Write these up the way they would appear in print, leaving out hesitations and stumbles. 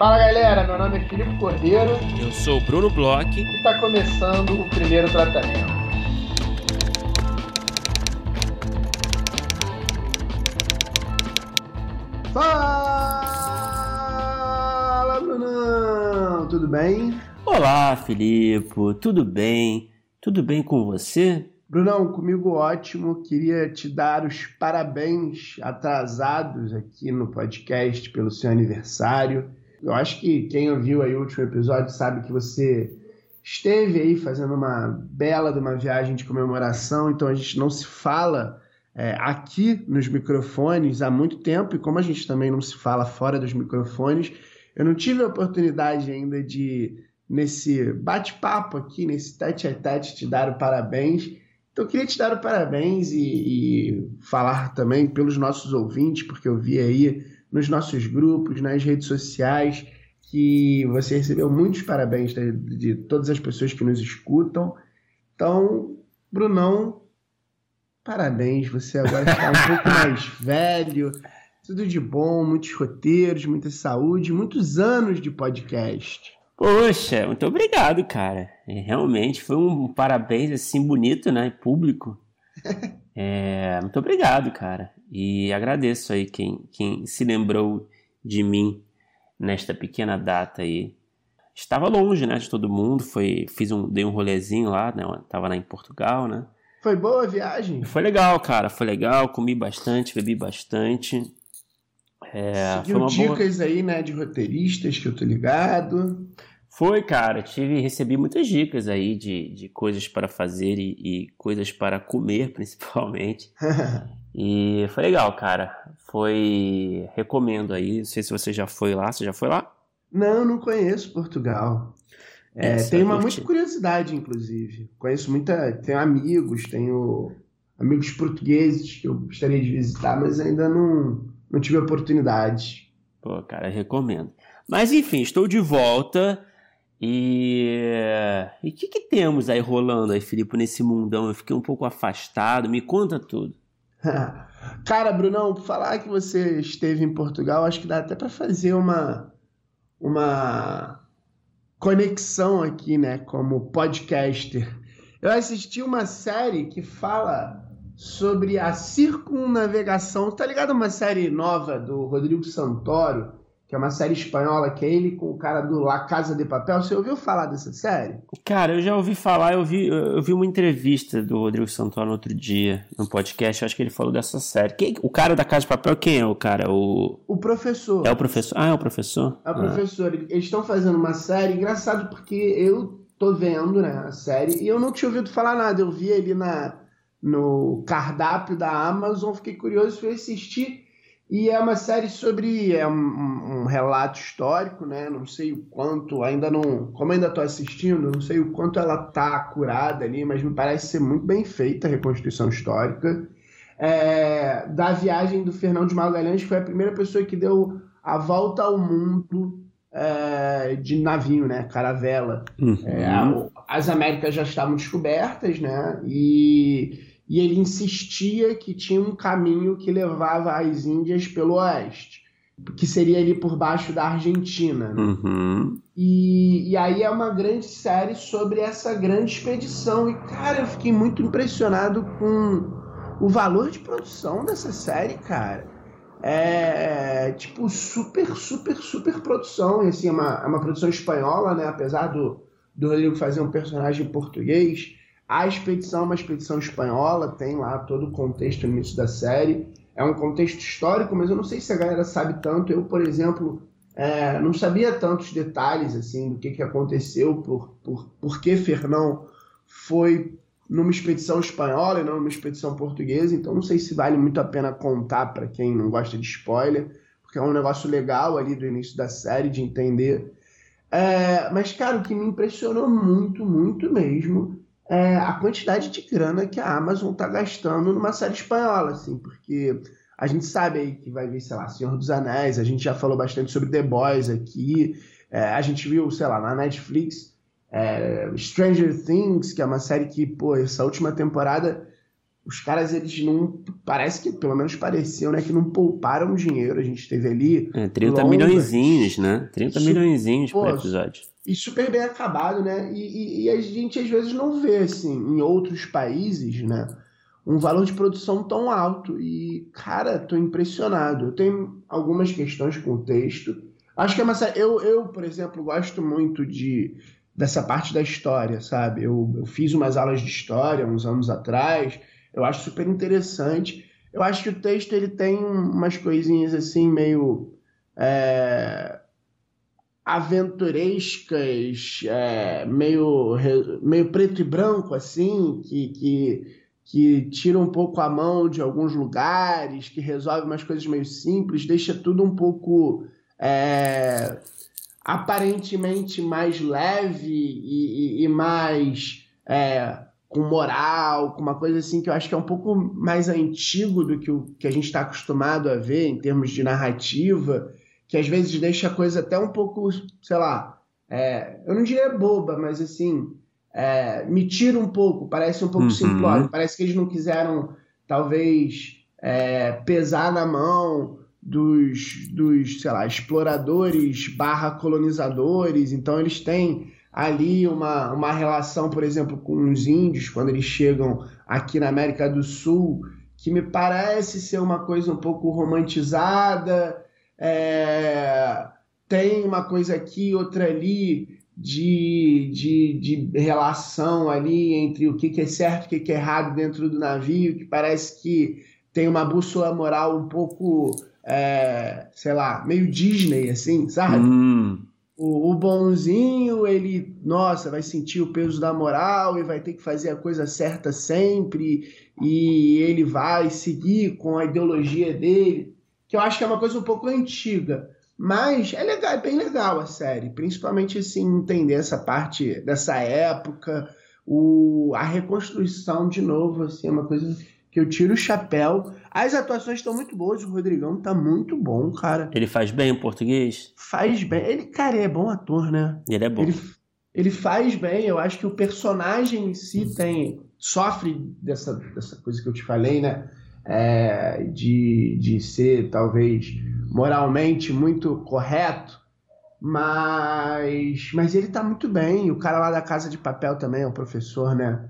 Fala galera, meu nome é Filipe Cordeiro. Eu sou o Bruno Bloch. E está começando o primeiro tratamento. Fala Brunão, tudo bem? Olá Filipe, tudo bem? Tudo bem com você? Brunão, comigo ótimo, queria te dar os parabéns atrasados aqui no podcast pelo seu aniversário. Eu acho que quem ouviu aí o último episódio sabe que você esteve aí fazendo uma bela de uma viagem de comemoração, então a gente não se fala aqui nos microfones há muito tempo, e como a gente também não se fala fora dos microfones, eu não tive a oportunidade ainda de, nesse bate-papo aqui, nesse tete-a-tete, te dar o parabéns. Então eu queria te dar o parabéns e falar também pelos nossos ouvintes, porque eu vi aí nos nossos grupos, nas redes sociais, que você recebeu muitos parabéns de todas as pessoas que nos escutam. Então, Brunão, parabéns, você agora está um pouco mais velho, tudo de bom, muitos roteiros, muita saúde, muitos anos de podcast. Poxa, muito obrigado, cara. Realmente foi um parabéns assim bonito, né? Público. Muito obrigado, cara. E agradeço aí quem se lembrou de mim nesta pequena data aí. Estava longe, né, de todo mundo. Dei um rolezinho lá, né? Tava lá em Portugal, né? Foi boa a viagem? Foi legal, cara. Foi legal. Comi bastante, bebi bastante. Seguiu dicas aí, né, de roteiristas que eu tô ligado. Foi, cara, recebi muitas dicas aí de coisas para fazer e coisas para comer, principalmente. E foi legal, cara. Recomendo aí. Não sei se você já foi lá. Você já foi lá? Não conheço Portugal. Tenho muita curiosidade, inclusive. Tenho amigos portugueses que eu gostaria de visitar, mas ainda não tive a oportunidade. Pô, cara, recomendo. Mas enfim, estou de volta. E o que temos aí rolando aí, Filipe, nesse mundão? Eu fiquei um pouco afastado, me conta tudo. Cara, Brunão, falar que você esteve em Portugal, acho que dá até para fazer uma conexão aqui, né, como podcaster. Eu assisti uma série que fala sobre a circunnavegação. Tá ligado? Uma série nova do Rodrigo Santoro, que é uma série espanhola, que é ele com o cara do La Casa de Papel. Você ouviu falar dessa série? Cara, eu já ouvi falar, eu vi uma entrevista do Rodrigo Santoro no outro dia, no podcast, eu acho que ele falou dessa série. O cara da Casa de Papel, quem é o cara? O professor. É o professor? Ah, é o professor? É o professor. Eles estão fazendo uma série, engraçado porque eu tô vendo, né, a série, e eu não tinha ouvido falar nada. Eu vi ele no cardápio da Amazon, fiquei curioso, fui assistir. E é uma série sobre um relato histórico, né? Não sei o quanto, como ainda estou assistindo, não sei o quanto ela está acurada ali, mas me parece ser muito bem feita a reconstrução histórica. Da viagem do Fernão de Magalhães, que foi a primeira pessoa que deu a volta ao mundo de navio, né? Caravela. Uhum. As Américas já estavam descobertas, né? E ele insistia que tinha um caminho que levava às Índias pelo oeste, que seria ali por baixo da Argentina. Né? Uhum. E aí é uma grande série sobre essa grande expedição. E, cara, eu fiquei muito impressionado com o valor de produção dessa série, cara. Tipo, super, super, super produção. E, assim, é uma produção espanhola, né? Apesar do Rodrigo fazer um personagem português, a expedição é uma expedição espanhola, tem lá todo o contexto no início da série. É um contexto histórico, mas eu não sei se a galera sabe tanto. Eu, por exemplo, não sabia tantos detalhes assim, do que aconteceu, por que Fernão foi numa expedição espanhola e não numa expedição portuguesa. Então não sei se vale muito a pena contar para quem não gosta de spoiler, porque é um negócio legal ali do início da série de entender. Mas, cara, o que me impressionou muito, muito mesmo, a quantidade de grana que a Amazon tá gastando numa série espanhola, assim, porque a gente sabe aí que vai vir, sei lá, Senhor dos Anéis, a gente já falou bastante sobre The Boys aqui, a gente viu, sei lá, na Netflix, Stranger Things, que é uma série que, pô, essa última temporada os caras, eles não... Parece que, pelo menos pareceu, né? Que não pouparam dinheiro. A gente teve ali 30 longas... milhõezinhos, né? 30 milhõezinhos por episódio. E super bem acabado, né? E a gente, às vezes, não vê, assim, em outros países, né? Um valor de produção tão alto. E, cara, tô impressionado. Eu tenho algumas questões com o texto. Acho que é uma série... Eu, por exemplo, gosto muito dessa parte da história, sabe? Eu fiz umas aulas de história uns anos atrás... Eu acho super interessante. Eu acho que o texto ele tem umas coisinhas assim meio aventurescas, meio preto e branco, assim, que tira um pouco a mão de alguns lugares, que resolve umas coisas meio simples, deixa tudo um pouco aparentemente mais leve e mais... com moral, com uma coisa assim que eu acho que é um pouco mais antigo do que o que a gente está acostumado a ver em termos de narrativa, que às vezes deixa a coisa até um pouco, sei lá, eu não diria boba, mas assim, me tira um pouco, parece um pouco simplório, parece que eles não quiseram, talvez, pesar na mão dos, sei lá, exploradores / colonizadores, então eles têm ali uma relação, por exemplo, com os índios, quando eles chegam aqui na América do Sul, que me parece ser uma coisa um pouco romantizada, tem uma coisa aqui, outra ali, de relação ali entre o que é certo e o que é errado dentro do navio, que parece que tem uma bússola moral um pouco, sei lá, meio Disney, assim, sabe? O bonzinho, ele, nossa, vai sentir o peso da moral e vai ter que fazer a coisa certa sempre, e ele vai seguir com a ideologia dele, que eu acho que é uma coisa um pouco antiga, mas é legal, é bem legal a série, principalmente assim, entender essa parte dessa época, a reconstrução de novo, assim, é uma coisa que eu tiro o chapéu. As atuações estão muito boas, o Rodrigão tá muito bom, cara. Ele faz bem o português? Faz bem. Ele, cara, ele é bom ator, né? Ele é bom. Ele faz bem, eu acho que o personagem em si sofre dessa coisa que eu te falei, né? De ser, talvez, moralmente muito correto, mas ele tá muito bem. O cara lá da Casa de Papel também, é o professor, né?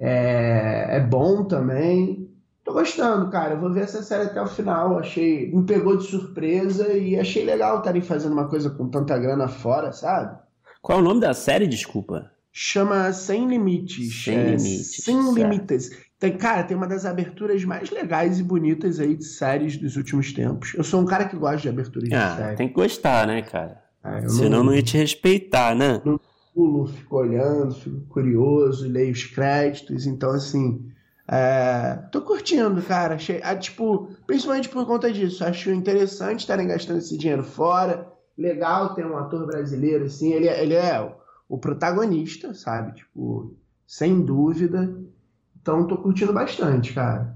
É bom também. Tô gostando, cara. Eu vou ver essa série até o final. Me pegou de surpresa e achei legal estarem fazendo uma coisa com tanta grana fora, sabe? Qual é o nome da série, desculpa? Chama Sem Limites. Sem Limites. Sem Limites. Tem uma das aberturas mais legais e bonitas aí de séries dos últimos tempos. Eu sou um cara que gosta de aberturas de série. Tem que gostar, né, cara? Senão não ia te respeitar, né? Não pulo, fico olhando, fico curioso, leio os créditos. Então, assim... tô curtindo, cara. Principalmente por conta disso. Acho interessante estarem gastando esse dinheiro fora. Legal ter um ator brasileiro, assim. Ele é o protagonista, sabe? Sem dúvida. Então, tô curtindo bastante, cara.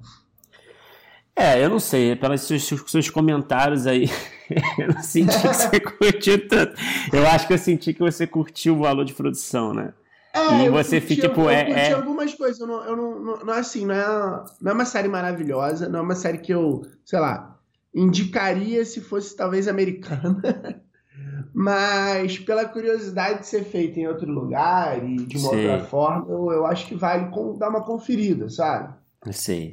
Eu não sei. Pelos seus comentários aí, eu não senti que você curtiu tanto. Eu acho que eu senti que você curtiu o valor de produção, né? E você fica, eu curti algumas coisas. Não é assim, não é uma série maravilhosa, não é uma série que eu, sei lá, indicaria se fosse talvez americana, mas pela curiosidade de ser feita em outro lugar e de uma outra forma, eu acho que vale dar uma conferida, sabe? Sei.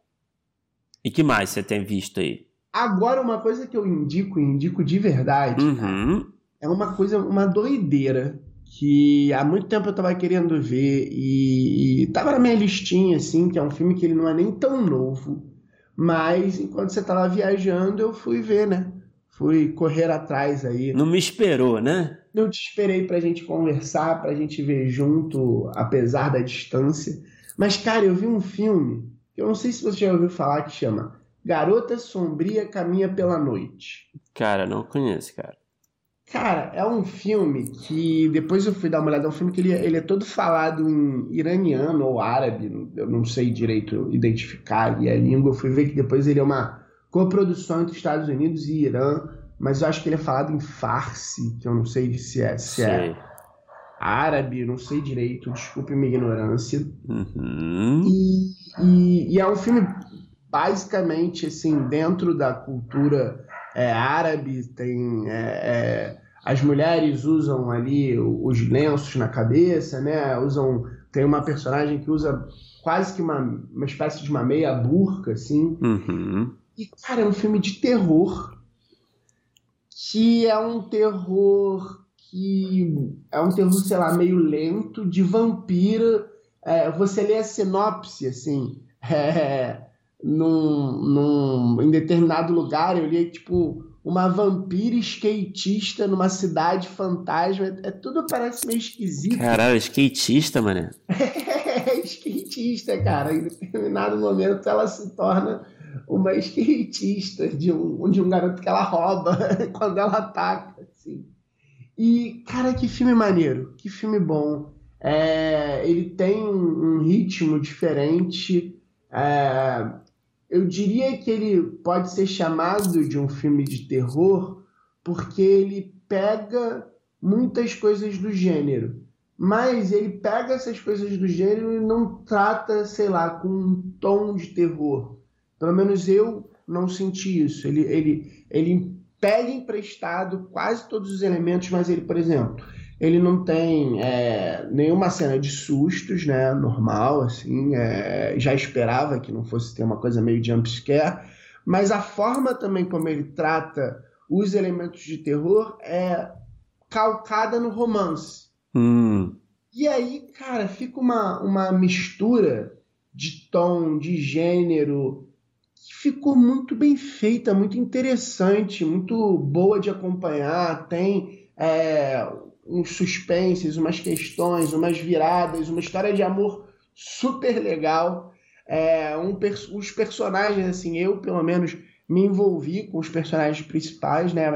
E que mais você tem visto aí? Agora, uma coisa que eu indico de verdade, cara, é uma doideira que há muito tempo eu tava querendo ver e tava na minha listinha, assim, que é um filme que ele não é nem tão novo, mas enquanto você tava viajando, eu fui ver, né? Fui correr atrás aí. Não me esperou, né? Não te esperei pra gente conversar, pra gente ver junto, apesar da distância. Mas, cara, eu vi um filme, que eu não sei se você já ouviu falar, que chama Garota Sombria Caminha pela Noite. Cara, não conheço, cara. Cara, é um filme que depois eu fui dar uma olhada, é um filme que ele é todo falado em iraniano ou árabe, eu não sei direito identificar ali a língua, eu fui ver que depois ele é uma coprodução entre Estados Unidos e Irã, mas eu acho que ele é falado em farsi, que eu não sei se é árabe, eu não sei direito, desculpe minha ignorância. E é um filme basicamente assim dentro da cultura árabe. Tem as mulheres usam ali os lenços na cabeça, né? Tem uma personagem que usa quase que uma espécie de uma meia burca, assim. Uhum. E, cara, é um filme de terror que é um terror sei lá, meio lento, de vampiro. Você lê a sinopse, assim, em determinado lugar, eu li, tipo, uma vampira skatista numa cidade fantasma. Tudo parece meio esquisito. Caralho, skatista, mano. Skatista, cara. Em determinado momento ela se torna uma skatista de um garoto que ela rouba quando ela ataca, assim. E, cara, que filme maneiro, que filme bom. Ele tem um ritmo diferente. Eu diria que ele pode ser chamado de um filme de terror porque ele pega muitas coisas do gênero, mas ele pega essas coisas do gênero e não trata, sei lá, com um tom de terror. Pelo menos eu não senti isso. Ele pega emprestado quase todos os elementos, mas ele, por exemplo, ele não tem nenhuma cena de sustos, né? Normal, assim. Já esperava que não fosse ter uma coisa meio jumpscare, mas a forma também como ele trata os elementos de terror é calcada no romance. E aí, cara, fica uma mistura de tom, de gênero, que ficou muito bem feita, muito interessante, muito boa de acompanhar. Tem uns suspenses, umas questões, umas viradas, uma história de amor super legal. Os personagens, assim, eu pelo menos me envolvi com os personagens principais, né?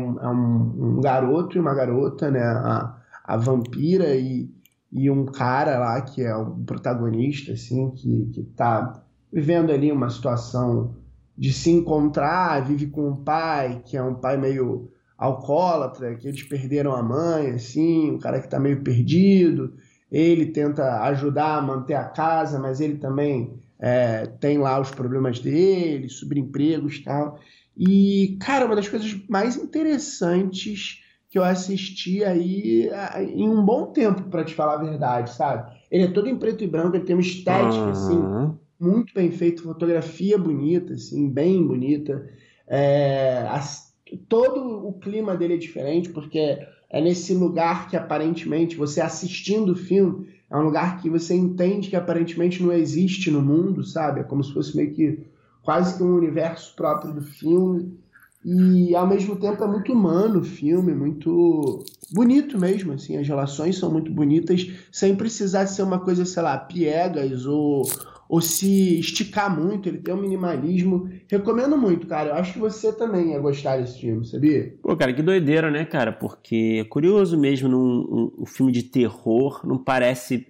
Um garoto e uma garota, né? A vampira e um cara lá que é o protagonista, assim, que tá vivendo ali uma situação de se encontrar, vive com um pai, que é um pai meio alcoólatra, que eles perderam a mãe, assim, um cara que tá meio perdido. Ele tenta ajudar a manter a casa, mas ele também tem lá os problemas dele, subempregos e tal. E, cara, uma das coisas mais interessantes que eu assisti aí em um bom tempo, para te falar a verdade, sabe? Ele é todo em preto e branco, ele tem uma estética, assim, muito bem feita, fotografia bonita, assim, bem bonita. Todo o clima dele é diferente, porque é nesse lugar que aparentemente, você assistindo o filme, é um lugar que você entende que aparentemente não existe no mundo, sabe? É como se fosse meio que quase que um universo próprio do filme. E ao mesmo tempo é muito humano o filme, muito bonito mesmo, assim, as relações são muito bonitas, sem precisar ser uma coisa, sei lá, piegas ou se esticar muito. Ele tem um minimalismo. Recomendo muito, cara. Eu acho que você também ia gostar desse filme, sabia? Pô, cara, que doideira, né, cara? Porque é curioso mesmo, um filme de terror não parece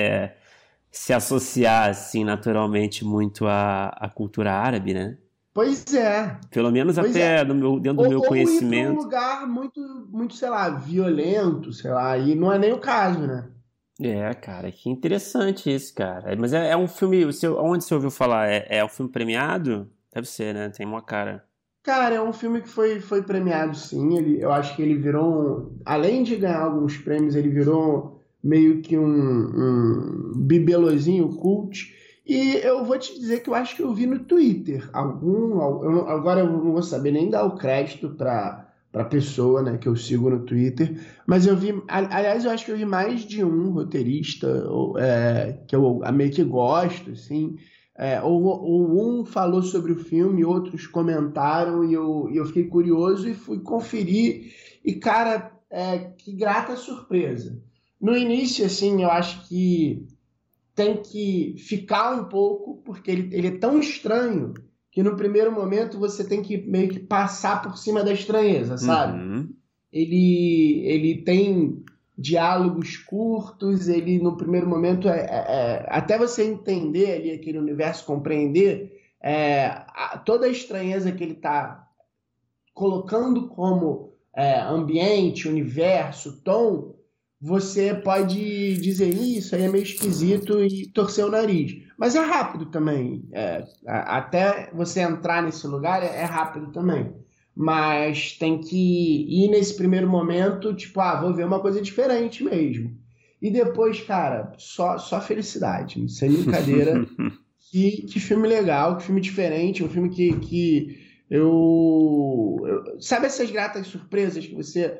se associar, assim, naturalmente muito à cultura árabe, né? Pois é. Pelo menos até dentro do meu Ou ir para um conhecimento. lugar muito, muito, sei lá, violento, sei lá, e não é nem o caso, né? Cara, que interessante isso, cara. Mas é um filme. Onde você ouviu falar? É um filme premiado? Deve ser, né? Tem uma cara. Cara, é um filme que foi premiado, sim. Eu acho que ele virou, além de ganhar alguns prêmios, ele virou meio que um bibelozinho cult. E eu vou te dizer que eu acho que eu vi no Twitter agora eu não vou saber nem dar o crédito para pessoa, né, que eu sigo no Twitter, mas eu vi, aliás, eu acho que eu vi mais de um roteirista que eu meio que gosto, assim. Ou um falou sobre o filme, outros comentaram e eu fiquei curioso e fui conferir. E, cara, que grata surpresa. No início, assim, eu acho que tem que ficar um pouco, porque ele é tão estranho que no primeiro momento você tem que meio que passar por cima da estranheza, sabe? Uhum. Ele tem diálogos curtos, ele no primeiro momento, até você entender ali aquele universo, compreender toda a estranheza que ele está colocando como ambiente, universo, tom, você pode dizer isso aí é meio esquisito e torcer o nariz. Mas é rápido também. Até você entrar nesse lugar é rápido também. Mas tem que ir nesse primeiro momento, tipo, vou ver uma coisa diferente mesmo. E depois, cara, só felicidade. Sem brincadeira. Que filme legal, que filme diferente, um filme que Sabe essas gratas surpresas que você.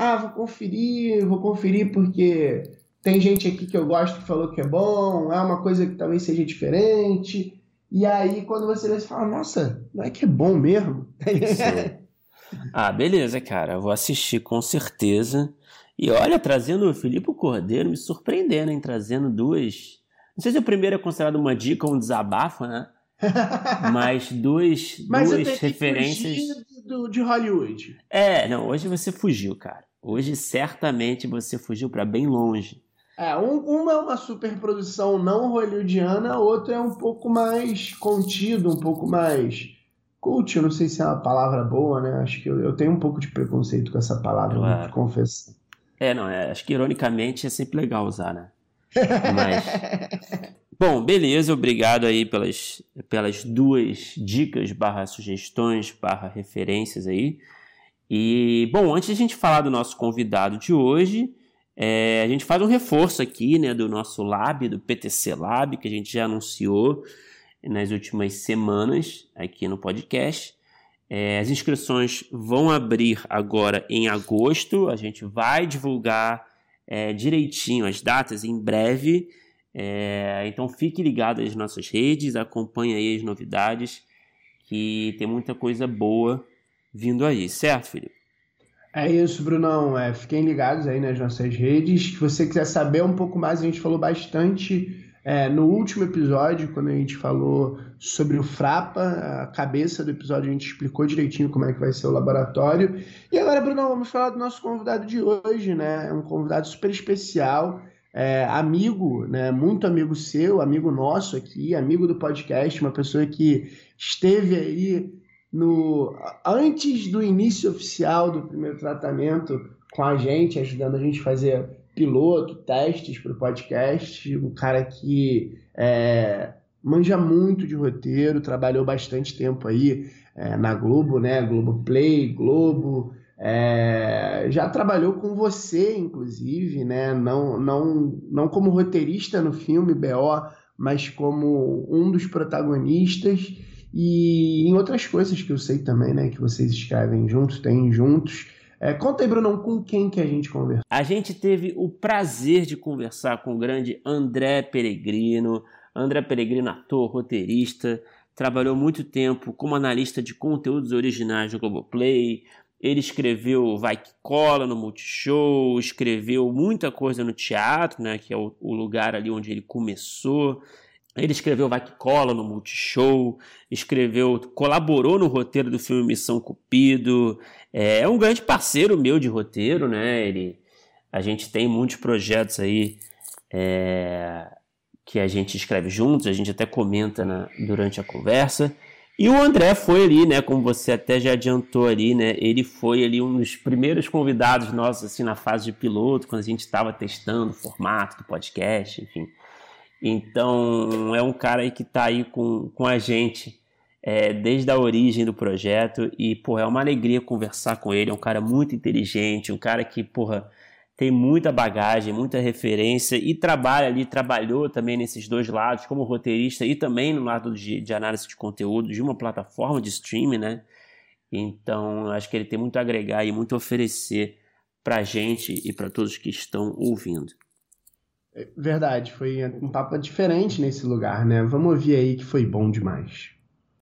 Vou conferir porque tem gente aqui que eu gosto que falou que é bom, é uma coisa que talvez seja diferente. E aí, quando você lê, você fala, nossa, não é que é bom mesmo? Sim. Beleza, cara. Eu vou assistir com certeza. E olha, trazendo o Filipe Cordeiro, me surpreendendo, hein? Trazendo duas. Não sei se o primeiro é considerado uma dica ou um desabafo, né? Mas duas referências. De Hollywood. Não, hoje você fugiu, cara. Hoje certamente você fugiu pra bem longe. Uma é uma superprodução não hollywoodiana, a outra é um pouco mais contido, um pouco mais cult, eu não sei se é uma palavra boa, né? Acho que eu tenho um pouco de preconceito com essa palavra, Claro. vou te confessar. Acho que ironicamente é sempre legal usar, né? Mas... Bom, beleza, obrigado aí pelas duas dicas / sugestões / referências aí. E, bom, antes de a gente falar do nosso convidado de hoje, a gente faz um reforço aqui, né, do nosso Lab, do PTC Lab, que a gente já anunciou nas últimas semanas aqui no podcast. As inscrições vão abrir agora em agosto, a gente vai divulgar direitinho as datas em breve, então fique ligado às nossas redes, acompanhe aí as novidades, que tem muita coisa boa vindo aí, certo, Felipe? É isso, Brunão. Fiquem ligados aí nas nossas redes. Se você quiser saber um pouco mais, a gente falou bastante no último episódio, quando a gente falou sobre o Frapa, a cabeça do episódio a gente explicou direitinho como é que vai ser o laboratório. E agora, Brunão, vamos falar do nosso convidado de hoje, né? É um convidado super especial, amigo, né? Muito amigo seu, amigo nosso aqui, amigo do podcast, uma pessoa que esteve aí antes do início oficial do primeiro tratamento com a gente, ajudando a gente a fazer piloto, testes para o podcast, um cara que manja muito de roteiro, trabalhou bastante tempo aí na Globo, né? Globoplay, Globo, já trabalhou com você, inclusive, né? Não como roteirista no filme B.O., mas como um dos protagonistas. E em outras coisas que eu sei também, né, que vocês escrevem juntos, têm juntos. Conta aí, Brunão, com quem que a gente conversou? A gente teve o prazer de conversar com o grande André Peregrino. André Peregrino, ator, roteirista, trabalhou muito tempo como analista de conteúdos originais do Globoplay. Ele escreveu Vai Que Cola no Multishow, escreveu muita coisa no teatro, né, que é o lugar ali onde ele começou. Ele escreveu Vai Que Cola no Multishow, colaborou no roteiro do filme Missão Cupido, é um grande parceiro meu de roteiro, né? A gente tem muitos projetos aí que a gente escreve juntos, a gente até comenta durante a conversa. E o André foi ali, né? Como você até já adiantou ali, né? Ele foi ali um dos primeiros convidados nossos assim, na fase de piloto, quando a gente estava testando o formato do podcast, enfim. Então, é um cara aí que está aí com a gente desde a origem do projeto e, porra, é uma alegria conversar com ele. É um cara muito inteligente, um cara que, porra, tem muita bagagem, muita referência e trabalhou também nesses dois lados, como roteirista e também no lado de análise de conteúdo de uma plataforma de streaming, né? Então, eu acho que ele tem muito a agregar e muito a oferecer pra gente e para todos que estão ouvindo. Verdade, foi um papo diferente nesse lugar, né? Vamos ouvir aí que foi bom demais.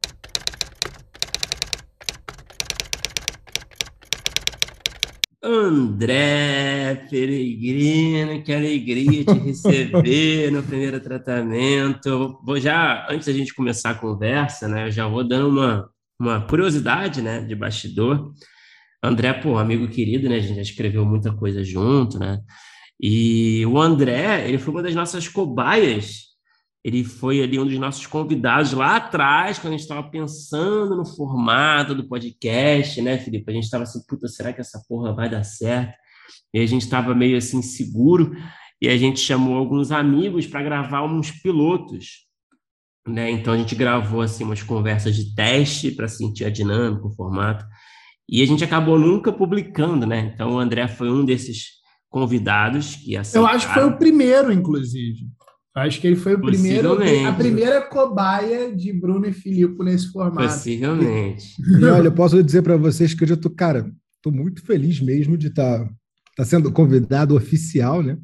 André Peregrino, que alegria te receber no primeiro tratamento. Antes da gente começar a conversa, né? Eu já vou dando uma curiosidade, né? De bastidor. André, pô, amigo querido, né? A gente já escreveu muita coisa junto, né? E o André, ele foi uma das nossas cobaias, ele foi ali um dos nossos convidados lá atrás, quando a gente estava pensando no formato do podcast, né, Felipe? A gente estava assim, puta, será que essa porra vai dar certo? e a gente estava meio assim seguro, e a gente chamou alguns amigos para gravar uns pilotos, né? Então a gente gravou assim umas conversas de teste para sentir a dinâmica, o formato, e a gente acabou nunca publicando, né? Então o André foi um desses convidados que Eu acho que foi o aceitaram. primeiro, inclusive. Eu acho que ele foi o primeiro, a Possivelmente, primeira cobaia de Bruno e Filipe nesse formato. possivelmente. E olha, eu posso dizer para vocês que eu já tô, cara, tô muito feliz mesmo de estar sendo convidado oficial, né?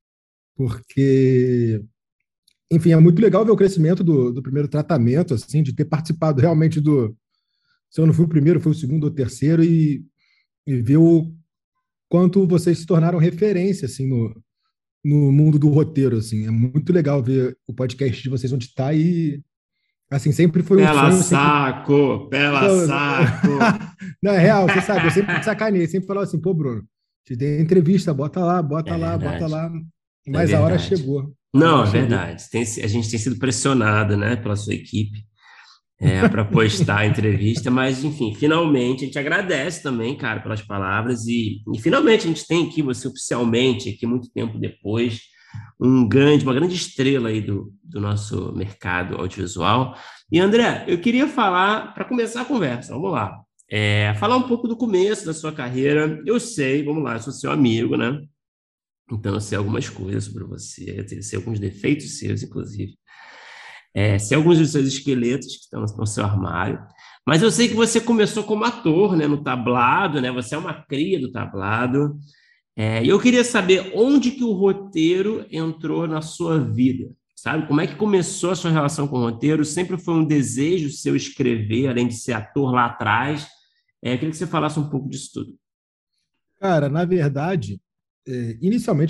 Porque, enfim, é muito legal ver o crescimento do primeiro tratamento, assim, de ter participado realmente do. Se eu não fui o primeiro, foi o segundo ou terceiro, e ver o quanto vocês se tornaram referência, assim, no mundo do roteiro, assim. É muito legal ver o podcast de vocês onde está e, assim, sempre foi um Pela sonho, sempre. saco, pela Não, saco. não, é real, você sabe, eu sempre te sacanei, sempre falava assim, pô, Bruno, te dei entrevista, bota lá, bota É lá, bota verdade, lá. é Mas a hora verdade. chegou. A Não, hora é chegou. verdade. A gente tem sido pressionado, né, pela sua equipe, para postar a entrevista, mas enfim, finalmente a gente agradece também, cara, pelas palavras e finalmente a gente tem aqui você oficialmente, aqui muito tempo depois, uma grande estrela aí do nosso mercado audiovisual. E André, eu queria falar, para começar a conversa, vamos lá, falar um pouco do começo da sua carreira. Eu sei, vamos lá, eu sou seu amigo, né? Então eu sei algumas coisas sobre você, eu sei alguns defeitos seus, inclusive. Sei alguns dos seus esqueletos que estão no seu armário, mas eu sei que você começou como ator, né, no tablado, né? Você é uma cria do tablado. E eu queria saber onde que o roteiro entrou na sua vida, sabe? Como é que começou a sua relação com o roteiro? Sempre foi um desejo seu escrever, além de ser ator lá atrás? Eu queria que você falasse um pouco disso tudo. Cara, na verdade, inicialmente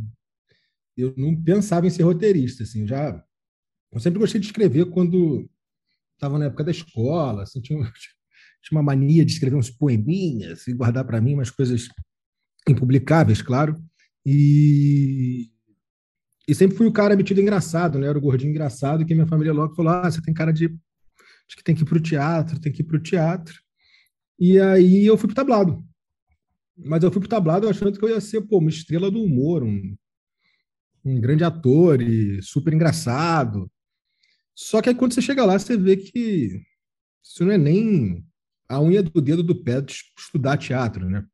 eu não pensava em ser roteirista, assim, eu sempre gostei de escrever quando estava na época da escola, assim, tinha uma mania de escrever uns poeminhas e guardar para mim umas coisas impublicáveis, claro, e, e sempre fui o cara metido engraçado, né? Era o gordinho engraçado, que minha família logo falou, você tem cara de que tem que ir pro teatro, tem que ir pro teatro, e aí eu fui pro tablado. Mas eu fui pro tablado achando que eu ia ser, pô, uma estrela do humor, um grande ator e super engraçado. Só que aí quando você chega lá, você vê que isso não é nem a unha do dedo do pé de estudar teatro, né?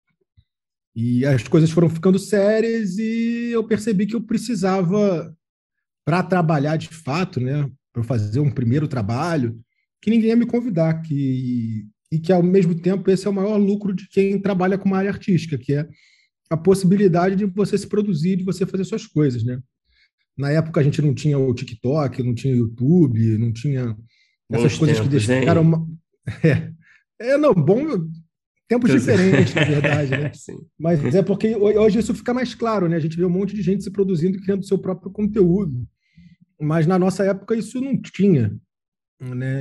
E as coisas foram ficando sérias e eu percebi que eu precisava, para trabalhar de fato, né, para fazer um primeiro trabalho, que ninguém ia me convidar, e que ao mesmo tempo esse é o maior lucro de quem trabalha com uma área artística, que é a possibilidade de você se produzir, de você fazer suas coisas, né? Na época a gente não tinha o TikTok, não tinha o YouTube, não tinha essas Bons coisas que tempos, deixaram hein? não, bom, tempos diferentes, na verdade, né? Sim. Mas é porque hoje isso fica mais claro, né? A gente vê um monte de gente se produzindo e criando seu próprio conteúdo. Mas na nossa época isso não tinha, né?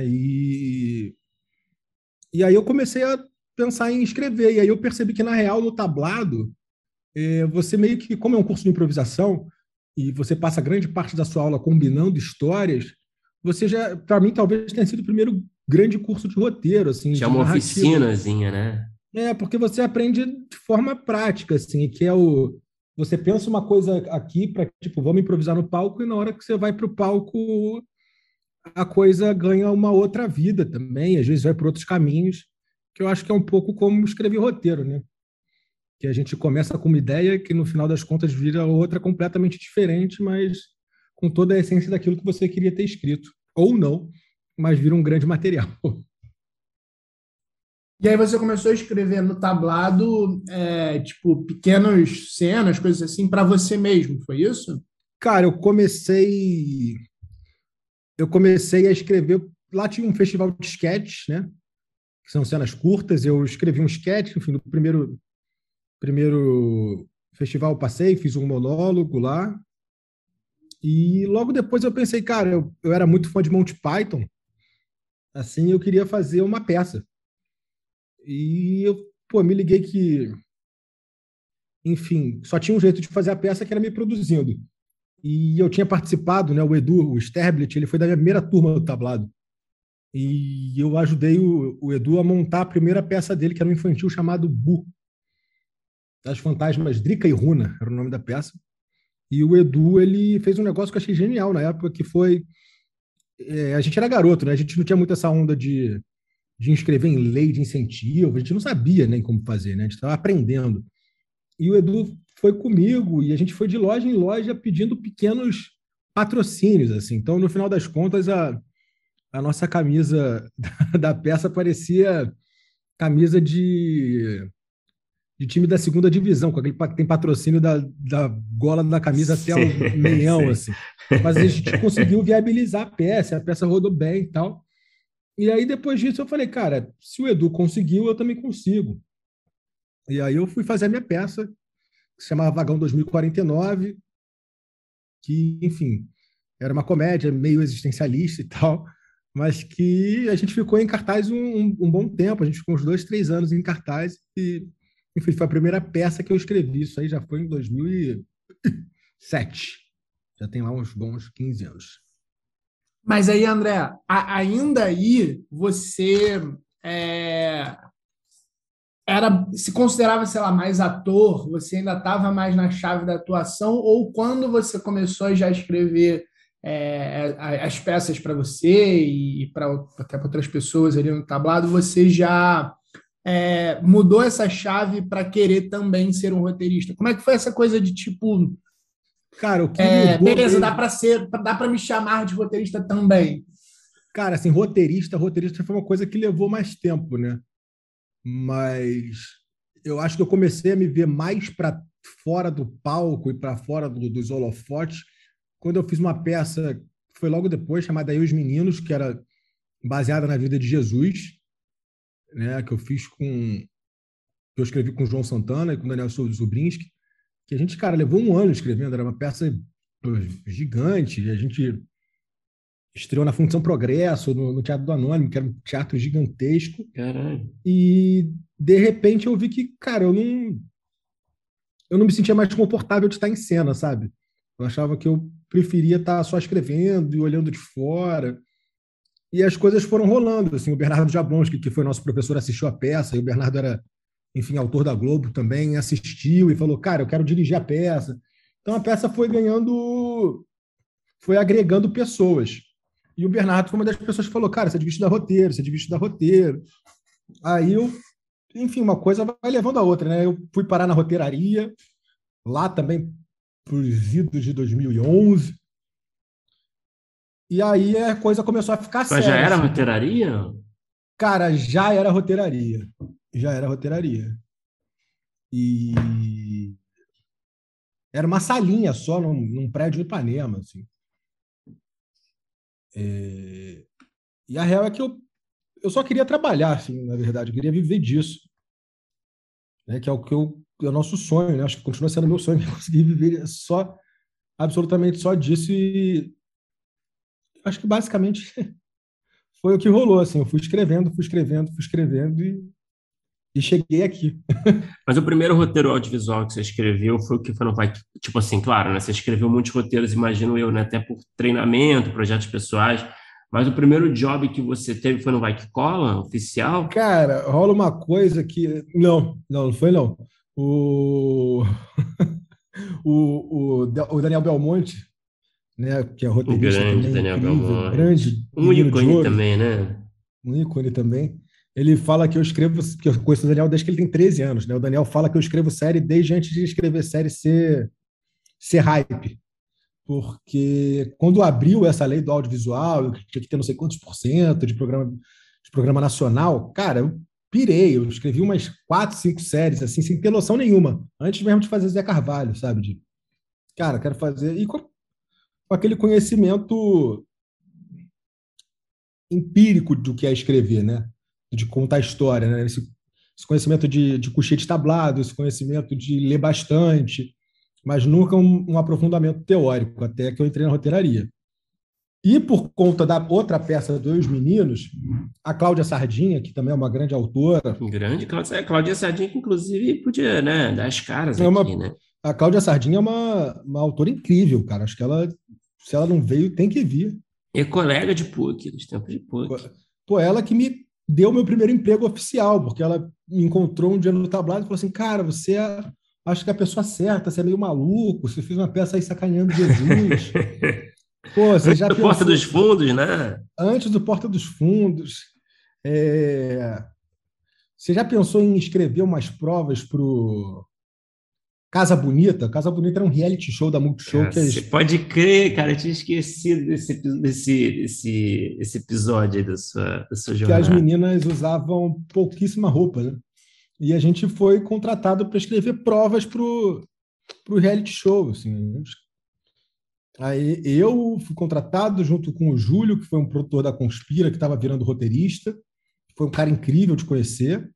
E aí eu comecei a pensar em escrever. E aí eu percebi que, na real, no tablado, você meio que, como é um curso de improvisação, e você passa grande parte da sua aula combinando histórias, você já, para mim, talvez tenha sido o primeiro grande curso de roteiro, assim, Já é de uma narrativa. oficinazinha, né? Porque você aprende de forma prática, assim, que é você pensa uma coisa aqui para, tipo, vamos improvisar no palco, e na hora que você vai para o palco, a coisa ganha uma outra vida também, às vezes vai por outros caminhos, que eu acho que é um pouco como escrever roteiro, né? Que a gente começa com uma ideia que no final das contas vira outra completamente diferente, mas com toda a essência daquilo que você queria ter escrito. Ou não, mas vira um grande material. E aí você começou a escrever no tablado, tipo, pequenas cenas, coisas assim, para você mesmo, foi isso? Cara, eu comecei a escrever. Lá tinha um festival de sketches, né? Que são cenas curtas. Eu escrevi um sketch, enfim, no primeiro festival eu passei, fiz um monólogo lá. E logo depois eu pensei, cara, eu era muito fã de Monty Python, assim, eu queria fazer uma peça. E eu, pô, me liguei que, enfim, só tinha um jeito de fazer a peça, que era me produzindo. E eu tinha participado, né, o Edu, o Sterblit, ele foi da minha primeira turma do tablado. E eu ajudei o Edu a montar a primeira peça dele, que era um infantil chamado Bu. das fantasmas Drica e Runa, era o nome da peça. E o Edu, ele fez um negócio que eu achei genial na época, que foi... a gente era garoto, né? A gente não tinha muito essa onda de inscrever em lei de incentivo, a gente não sabia nem como fazer, né? A gente estava aprendendo. E o Edu foi comigo e a gente foi de loja em loja pedindo pequenos patrocínios, assim. Então, no final das contas, a nossa camisa da peça parecia camisa de time da segunda divisão, com aquele que tem patrocínio da gola da camisa até o meião, sim. assim. Mas a gente conseguiu viabilizar a peça rodou bem e tal. E aí, depois disso, eu falei, cara, se o Edu conseguiu, eu também consigo. E aí eu fui fazer a minha peça, que se chamava Vagão 2049, que, enfim, era uma comédia meio existencialista e tal, mas que a gente ficou em cartaz um bom tempo, a gente ficou uns 2, 3 anos em cartaz e, enfim, foi a primeira peça que eu escrevi, isso aí já foi em 2007, já tem lá uns bons 15 anos. Mas aí, André, ainda aí você se considerava, sei lá, mais ator, você ainda estava mais na chave da atuação, ou quando você começou a já escrever as peças para você e até para outras pessoas ali no tablado, você já mudou essa chave para querer também ser um roteirista? Como é que foi essa coisa de tipo, cara, o que mudou beleza, mesmo... dá para me chamar de roteirista também? Cara, assim, roteirista foi uma coisa que levou mais tempo, né? Mas eu acho que eu comecei a me ver mais para fora do palco e para fora dos holofotes quando eu fiz uma peça que foi logo depois, chamada Eu e os Meninos, que era baseada na vida de Jesus, né? Que eu escrevi com o João Santana e com o Daniel Zubrinski, que a gente, cara, levou um ano escrevendo, era uma peça gigante, a gente estreou na Função Progresso, no Teatro do Anônimo, que era um teatro gigantesco. Caralho. E, de repente, eu vi que, cara, eu não me sentia mais confortável de estar em cena, sabe? Eu achava que eu preferia estar só escrevendo e olhando de fora. E as coisas foram rolando, assim. O Bernardo Jablonski, que foi nosso professor, assistiu a peça, e o Bernardo era, enfim, autor da Globo também, assistiu e falou, cara, eu quero dirigir a peça. Então, a peça foi agregando pessoas. E o Bernardo foi uma das pessoas que falou, cara, você devia estudar roteiro, você devia estudar roteiro. Aí enfim, uma coisa vai levando a outra, né? Eu fui parar na roteiraria, lá também, para os idos de 2011. E aí a coisa começou a ficar Mas séria. já era assim. roteiraria? Cara, já era roteiraria. Já era roteiraria. E era uma salinha só, num prédio em Ipanema, assim. E a real é que eu só queria trabalhar, assim, na verdade, eu queria viver disso, né? Que é é o nosso sonho, né? Acho que continua sendo meu sonho, conseguir viver absolutamente só disso. E acho que basicamente foi o que rolou, assim. Eu fui escrevendo e cheguei aqui. Mas o primeiro roteiro audiovisual que você escreveu foi o que foi no Vai... Tipo assim, claro, né? Você escreveu muitos roteiros, imagino eu, né? Até por treinamento, projetos pessoais. Mas o primeiro job que você teve foi no Vai Que Cola, oficial? Cara, rola uma coisa que... Não foi não. O, o Daniel Belmonte, né, que é O roteirista grande também Daniel incrível, Belmonte. grande Um menino de ícone ouro, também, né? um ícone também. Ele fala que que eu conheço o Daniel desde que ele tem 13 anos, né? O Daniel fala que eu escrevo série desde antes de escrever série ser hype. Porque quando abriu essa lei do audiovisual, que tinha que ter não sei quantos por cento de programa nacional, cara, eu pirei. Eu escrevi umas 4, 5 séries, assim, sem ter noção nenhuma. Antes mesmo de fazer Zé Carvalho, sabe? Cara, quero fazer... E com aquele conhecimento empírico do que é escrever, né? De contar história, né? Esse conhecimento de cochete tablado, esse conhecimento de ler bastante, mas nunca um aprofundamento teórico, até que eu entrei na roteiraria. E por conta da outra peça dos Meninos, a Cláudia Sardinha, que também é uma grande autora. Grande Cláudia Sardinha, que inclusive podia, né, dar as caras aqui, né? A Cláudia Sardinha é uma autora incrível, cara. Acho que se ela não veio, tem que vir. E colega de PUC, dos tempos de PUC. Pô, ela que me deu meu primeiro emprego oficial, porque ela me encontrou um dia no tablado e falou assim, cara, você é acho que é a pessoa certa, você é meio maluco, você fez uma peça aí sacaneando Jesus. Pô, você já Do pensou... Porta dos Fundos, né? Antes do Porta dos Fundos. Você já pensou em escrever umas provas pro Casa Bonita? Casa Bonita era um reality show da Multishow Cara, você pode crer, cara, eu tinha esquecido desse episódio aí da sua que as jornada. meninas usavam pouquíssima roupa, né? E a gente foi contratado para escrever provas pro reality show, assim. Aí eu fui contratado junto com o Júlio, que foi um produtor da Conspira, que estava virando roteirista. Foi um cara incrível de conhecer.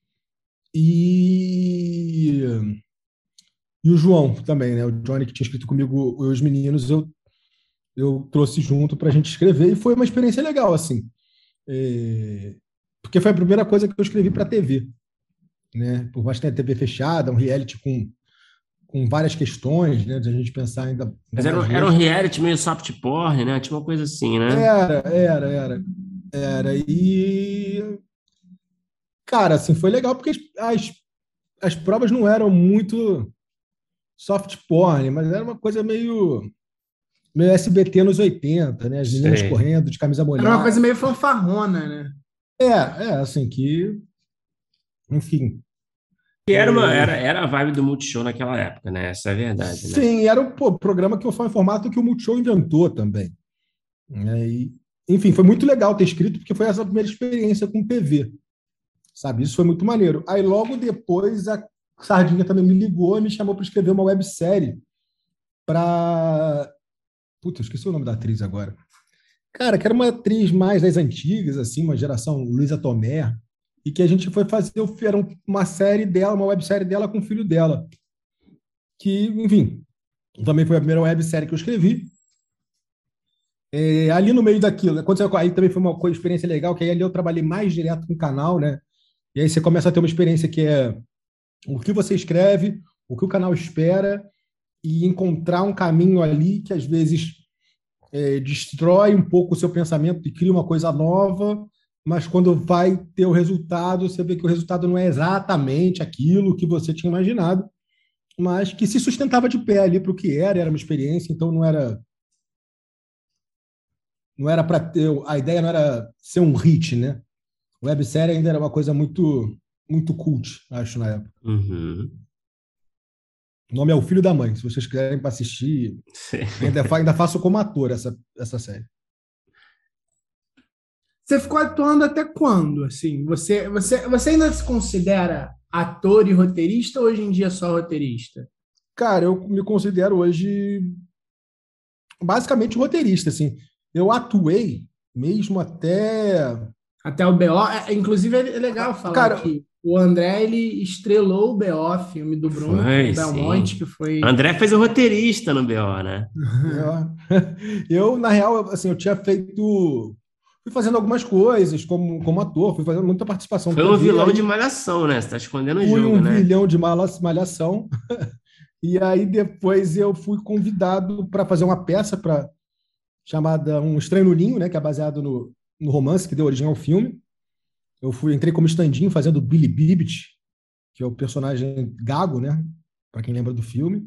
E o João também, né? O Johnny, que tinha escrito comigo Os Meninos, eu trouxe junto para a gente escrever, e foi uma experiência legal, assim. Porque foi a primeira coisa que eu escrevi para a TV, né? Por mais que tenha TV fechada, um reality com várias questões, né? De a gente pensar ainda Mas mais era um hoje. reality meio soft porn, né? Tinha uma coisa assim, né? Era. E, cara, assim, foi legal porque as provas não eram muito soft porn, mas era uma coisa meio SBT nos 80, né? As meninas Sei. correndo de camisa Era uma coisa molhada. meio fanfarrona, né? Assim, enfim. E era a vibe do Multishow naquela época, né? Essa é a verdade, né? Sim, era o programa que foi um formato que o Multishow inventou também. Né? Enfim, foi muito legal ter escrito, porque foi essa primeira experiência com TV, sabe? Isso foi muito maneiro. Aí, logo depois, a Sardinha também me ligou e me chamou para escrever uma websérie para... Puta, eu esqueci o nome da atriz agora. Cara, que era uma atriz mais das antigas, assim, uma geração Luísa Tomé, e que a gente foi fazer, era uma série dela, uma websérie dela com o filho dela, que, enfim, também foi a primeira websérie que eu escrevi. Ali no meio daquilo, né, aí também foi uma experiência legal, que aí ali eu trabalhei mais direto com o canal, né? E aí você começa a ter uma experiência que é o que você escreve, o que o canal espera, e encontrar um caminho ali que às vezes destrói um pouco o seu pensamento e cria uma coisa nova, mas quando vai ter o resultado, você vê que o resultado não é exatamente aquilo que você tinha imaginado, mas que se sustentava de pé ali para o que era uma experiência, então não era para ter, a ideia não era ser um hit, né? Websérie ainda era uma coisa muito muito cult, acho, na época. Uhum. O nome é O Filho da Mãe, se vocês quiserem para assistir, Sei. ainda faço como ator essa série. Você ficou atuando até quando? Assim, você ainda se considera ator e roteirista ou hoje em dia é só roteirista? Cara, eu me considero hoje basicamente roteirista, assim. Eu atuei mesmo até... Até o BO. Inclusive, é legal falar Cara, que o André ele estrelou o BO, filme do Bruno, com Foi, o Belmonte, sim. que foi. André fez o roteirista no BO, né? na real, assim, eu tinha feito... Fui fazendo algumas coisas como ator, fui fazendo muita participação de Foi um TV, vilão de aí Malhação, né? Você tá escondendo o fui jogo, um né? vilão de malhação, e aí depois eu fui convidado para fazer uma peça chamada Um Estranho no Ninho, né, que é baseado no romance que deu origem ao filme. Entrei como stand-in fazendo Billy Bibbit, que é o personagem gago, né, para quem lembra do filme.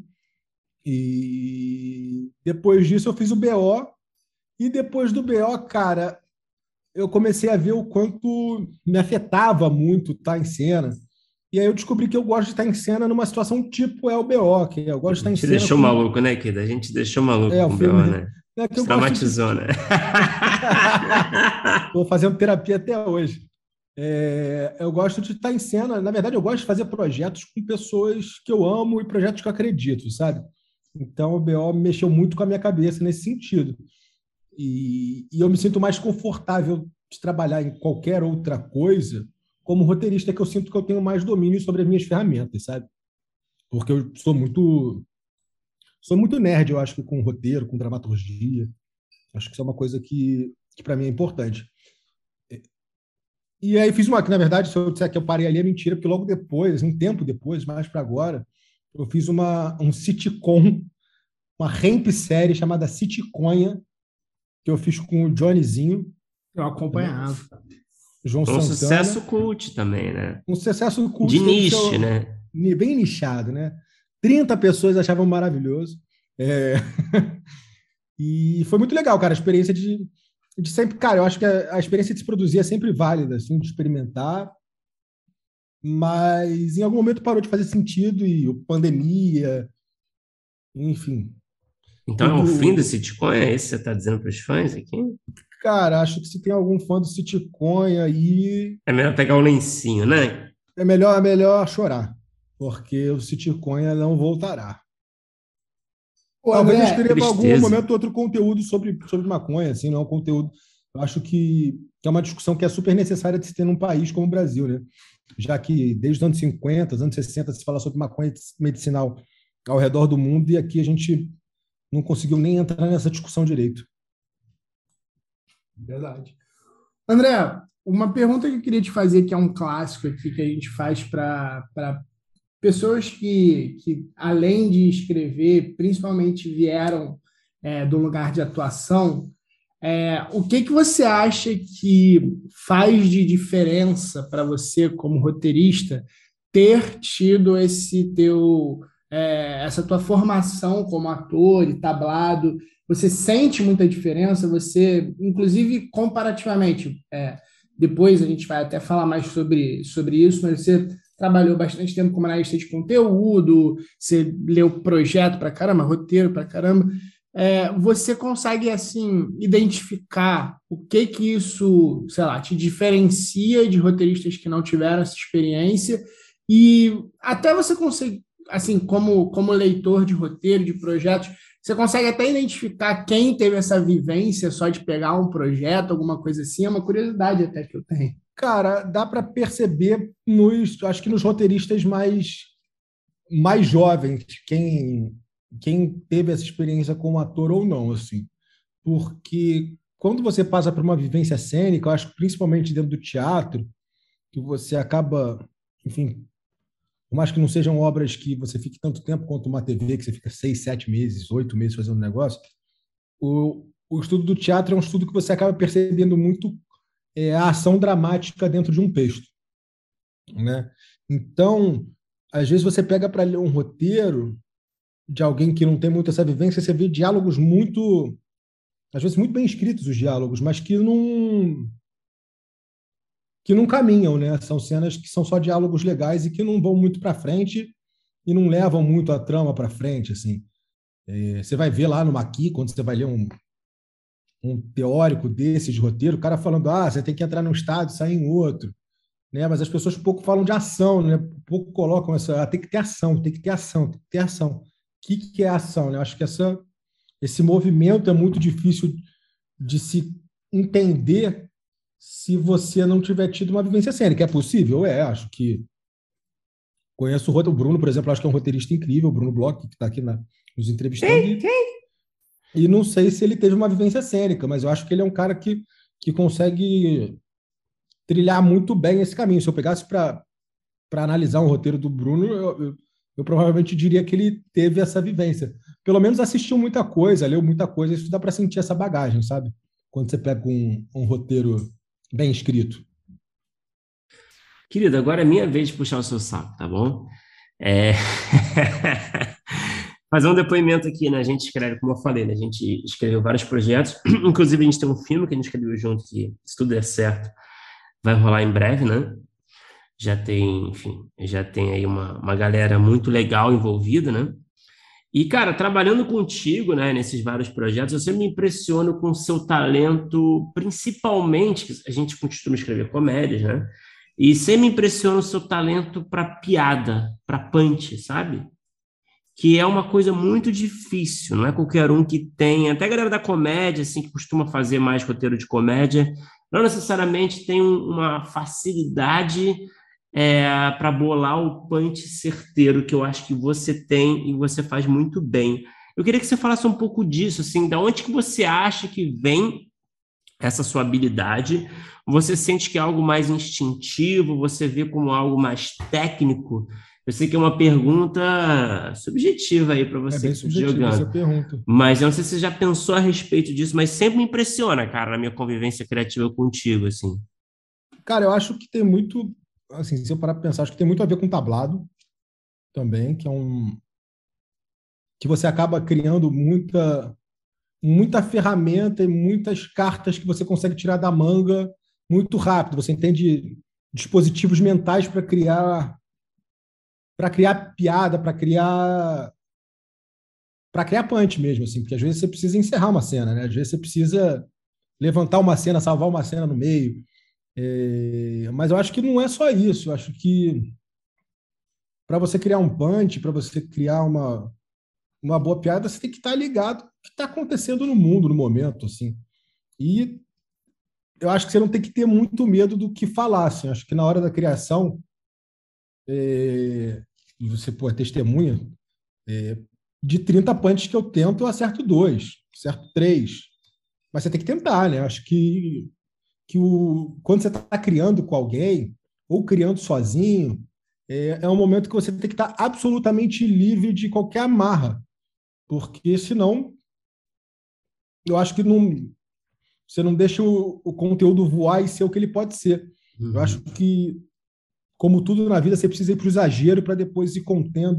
E depois disso eu fiz o BO, e depois do BO, cara, eu comecei a ver o quanto me afetava muito estar em cena. E aí eu descobri que eu gosto de estar em cena numa situação tipo o BO, que eu gosto de estar em Te cena deixou com... maluco, né, Kida? A gente deixou maluco O com o BO, filme... né? Que Te eu gosto traumatizou, né? Estou fazendo terapia até hoje. Eu gosto de estar em cena. Na verdade, eu gosto de fazer projetos com pessoas que eu amo e projetos que eu acredito, sabe? Então, o BO mexeu muito com a minha cabeça nesse sentido. E eu me sinto mais confortável de trabalhar em qualquer outra coisa como roteirista, que eu sinto que eu tenho mais domínio sobre as minhas ferramentas, sabe? Porque eu sou muito nerd, eu acho, que com roteiro, com dramaturgia. Acho que isso é uma coisa que para mim é importante. E aí fiz que na verdade, se eu disser que eu parei ali, é mentira, porque logo depois, um tempo depois, mais para agora, eu fiz um sitcom, uma ramp série chamada Sitconha, que eu fiz com o Johnnyzinho, Eu acompanhava. João Foi um Santana. sucesso cult também, né? Um sucesso cult De dele niche, né? bem nichado, né? 30 pessoas achavam maravilhoso. É... E foi muito legal, cara, a experiência de sempre. Cara, eu acho que a experiência de se produzir é sempre válida, assim, de experimentar, mas em algum momento parou de fazer sentido e pandemia, enfim, Então é o fim do tudo. sitcom? É esse que você está dizendo para os fãs aqui? Cara, acho que se tem algum fã do Sitcoin aí, É melhor pegar o lencinho, né? é melhor chorar, porque o Sitcoin não voltará. Ô, Talvez eu André, escreva em algum Tristeza. momento outro conteúdo sobre maconha, assim, não é um conteúdo. Eu acho que é uma discussão que é super necessária de se ter num país como o Brasil, né? Já que desde os anos 50, os anos 60 se fala sobre maconha medicinal ao redor do mundo e aqui a gente não conseguiu nem entrar nessa discussão direito. verdade. André, uma pergunta que eu queria te fazer, que é um clássico aqui que a gente faz para pessoas que, além de escrever, principalmente vieram do lugar de atuação, o que você acha que faz de diferença para você como roteirista ter tido essa tua formação como ator e tablado? Você sente muita diferença? Você, inclusive comparativamente, depois a gente vai até falar mais sobre isso, mas você trabalhou bastante tempo como analista de conteúdo, você leu projeto para caramba, roteiro para caramba. Você consegue assim identificar o que isso, sei lá, te diferencia de roteiristas que não tiveram essa experiência e até você consegue, assim, como leitor de roteiro, de projetos, você consegue até identificar quem teve essa vivência só de pegar um projeto, alguma coisa assim, é uma curiosidade até que eu tenho. Cara, dá para perceber acho que nos roteiristas mais jovens, quem teve essa experiência como ator ou não, assim. Porque quando você passa por uma vivência cênica, eu acho que principalmente dentro do teatro, que você acaba, enfim, por mais que não sejam obras que você fique tanto tempo quanto uma TV, que você fica 6, 7 meses, 8 meses fazendo um negócio, o estudo do teatro é um estudo que você acaba percebendo muito a ação dramática dentro de um texto, né? Então, às vezes você pega para ler um roteiro de alguém que não tem muito essa vivência, você vê diálogos muito, às vezes muito bem escritos os diálogos, mas que não caminham, né? São cenas que são só diálogos legais e que não vão muito para frente e não levam muito a trama para frente, assim. Você vai ver lá no Maqui, quando você vai ler um teórico desse de roteiro, o cara falando, você tem que entrar num estado e sair em outro, né? Mas as pessoas pouco falam de ação, né? Pouco colocam tem que ter ação, tem que ter ação, tem que ter ação. O que é ação, né? Eu acho que esse movimento é muito difícil de se entender se você não tiver tido uma vivência cênica. É possível? Acho que conheço o Bruno, por exemplo, acho que é um roteirista incrível, o Bruno Bloch, que está aqui nos entrevistando, e não sei se ele teve uma vivência cênica, mas eu acho que ele é um cara que consegue trilhar muito bem esse caminho. Se eu pegasse para analisar um roteiro do Bruno, eu provavelmente diria que ele teve essa vivência. Pelo menos assistiu muita coisa, leu muita coisa, isso dá para sentir essa bagagem, sabe? Quando você pega um roteiro bem escrito. Querido, agora é minha vez de puxar o seu saco, tá bom? É... Fazer um depoimento aqui, né? A gente escreve, como eu falei, né? A gente escreveu vários projetos, inclusive a gente tem um filme que a gente escreveu junto, que se tudo der certo, vai rolar em breve, né? Já tem, enfim, já tem aí uma galera muito legal envolvida, né? E, cara, trabalhando contigo, né, nesses vários projetos, eu sempre me impressiono com o seu talento, principalmente, que a gente costuma escrever comédias, né? E sempre me impressiona o seu talento para piada, para punch, sabe? Que é uma coisa muito difícil, não é qualquer um que tem, até a galera da comédia, assim, que costuma fazer mais roteiro de comédia, não necessariamente tem uma facilidade para bolar o punch certeiro que eu acho que você tem e você faz muito bem. Eu queria que você falasse um pouco disso, assim, da onde que você acha que vem essa sua habilidade? Você sente que é algo mais instintivo? Você vê como algo mais técnico? Eu sei que é uma pergunta subjetiva aí para É você bem que está subjetivo essa jogando, pergunta. mas eu não sei se você já pensou a respeito disso, mas sempre me impressiona, cara, na minha convivência criativa contigo, assim. Cara, eu acho que tem muito, assim, se eu parar para pensar, acho que tem muito a ver com tablado também, que que você acaba criando muita ferramenta e muitas cartas que você consegue tirar da manga muito rápido. Você entende dispositivos mentais para criar piada, para criar punch mesmo, assim, porque às vezes você precisa encerrar uma cena, né? Às vezes você precisa levantar uma cena, salvar uma cena no meio. Mas eu acho que não é só isso. Eu acho que para você criar um punch, para você criar uma boa piada, você tem que estar ligado o que está acontecendo no mundo, no momento, assim. E eu acho que você não tem que ter muito medo do que falar, assim. Eu acho que na hora da criação, e você, pô, é testemunha, de 30 punches que eu tento, eu acerto 2, acerto 3. Mas você tem que tentar, né? Eu acho que quando você está criando com alguém, ou criando sozinho, é um momento que você tem que estar absolutamente livre de qualquer amarra, porque senão eu acho que você não deixa o conteúdo voar e ser o que ele pode ser. Eu acho que, como tudo na vida, você precisa ir para o exagero para depois ir contendo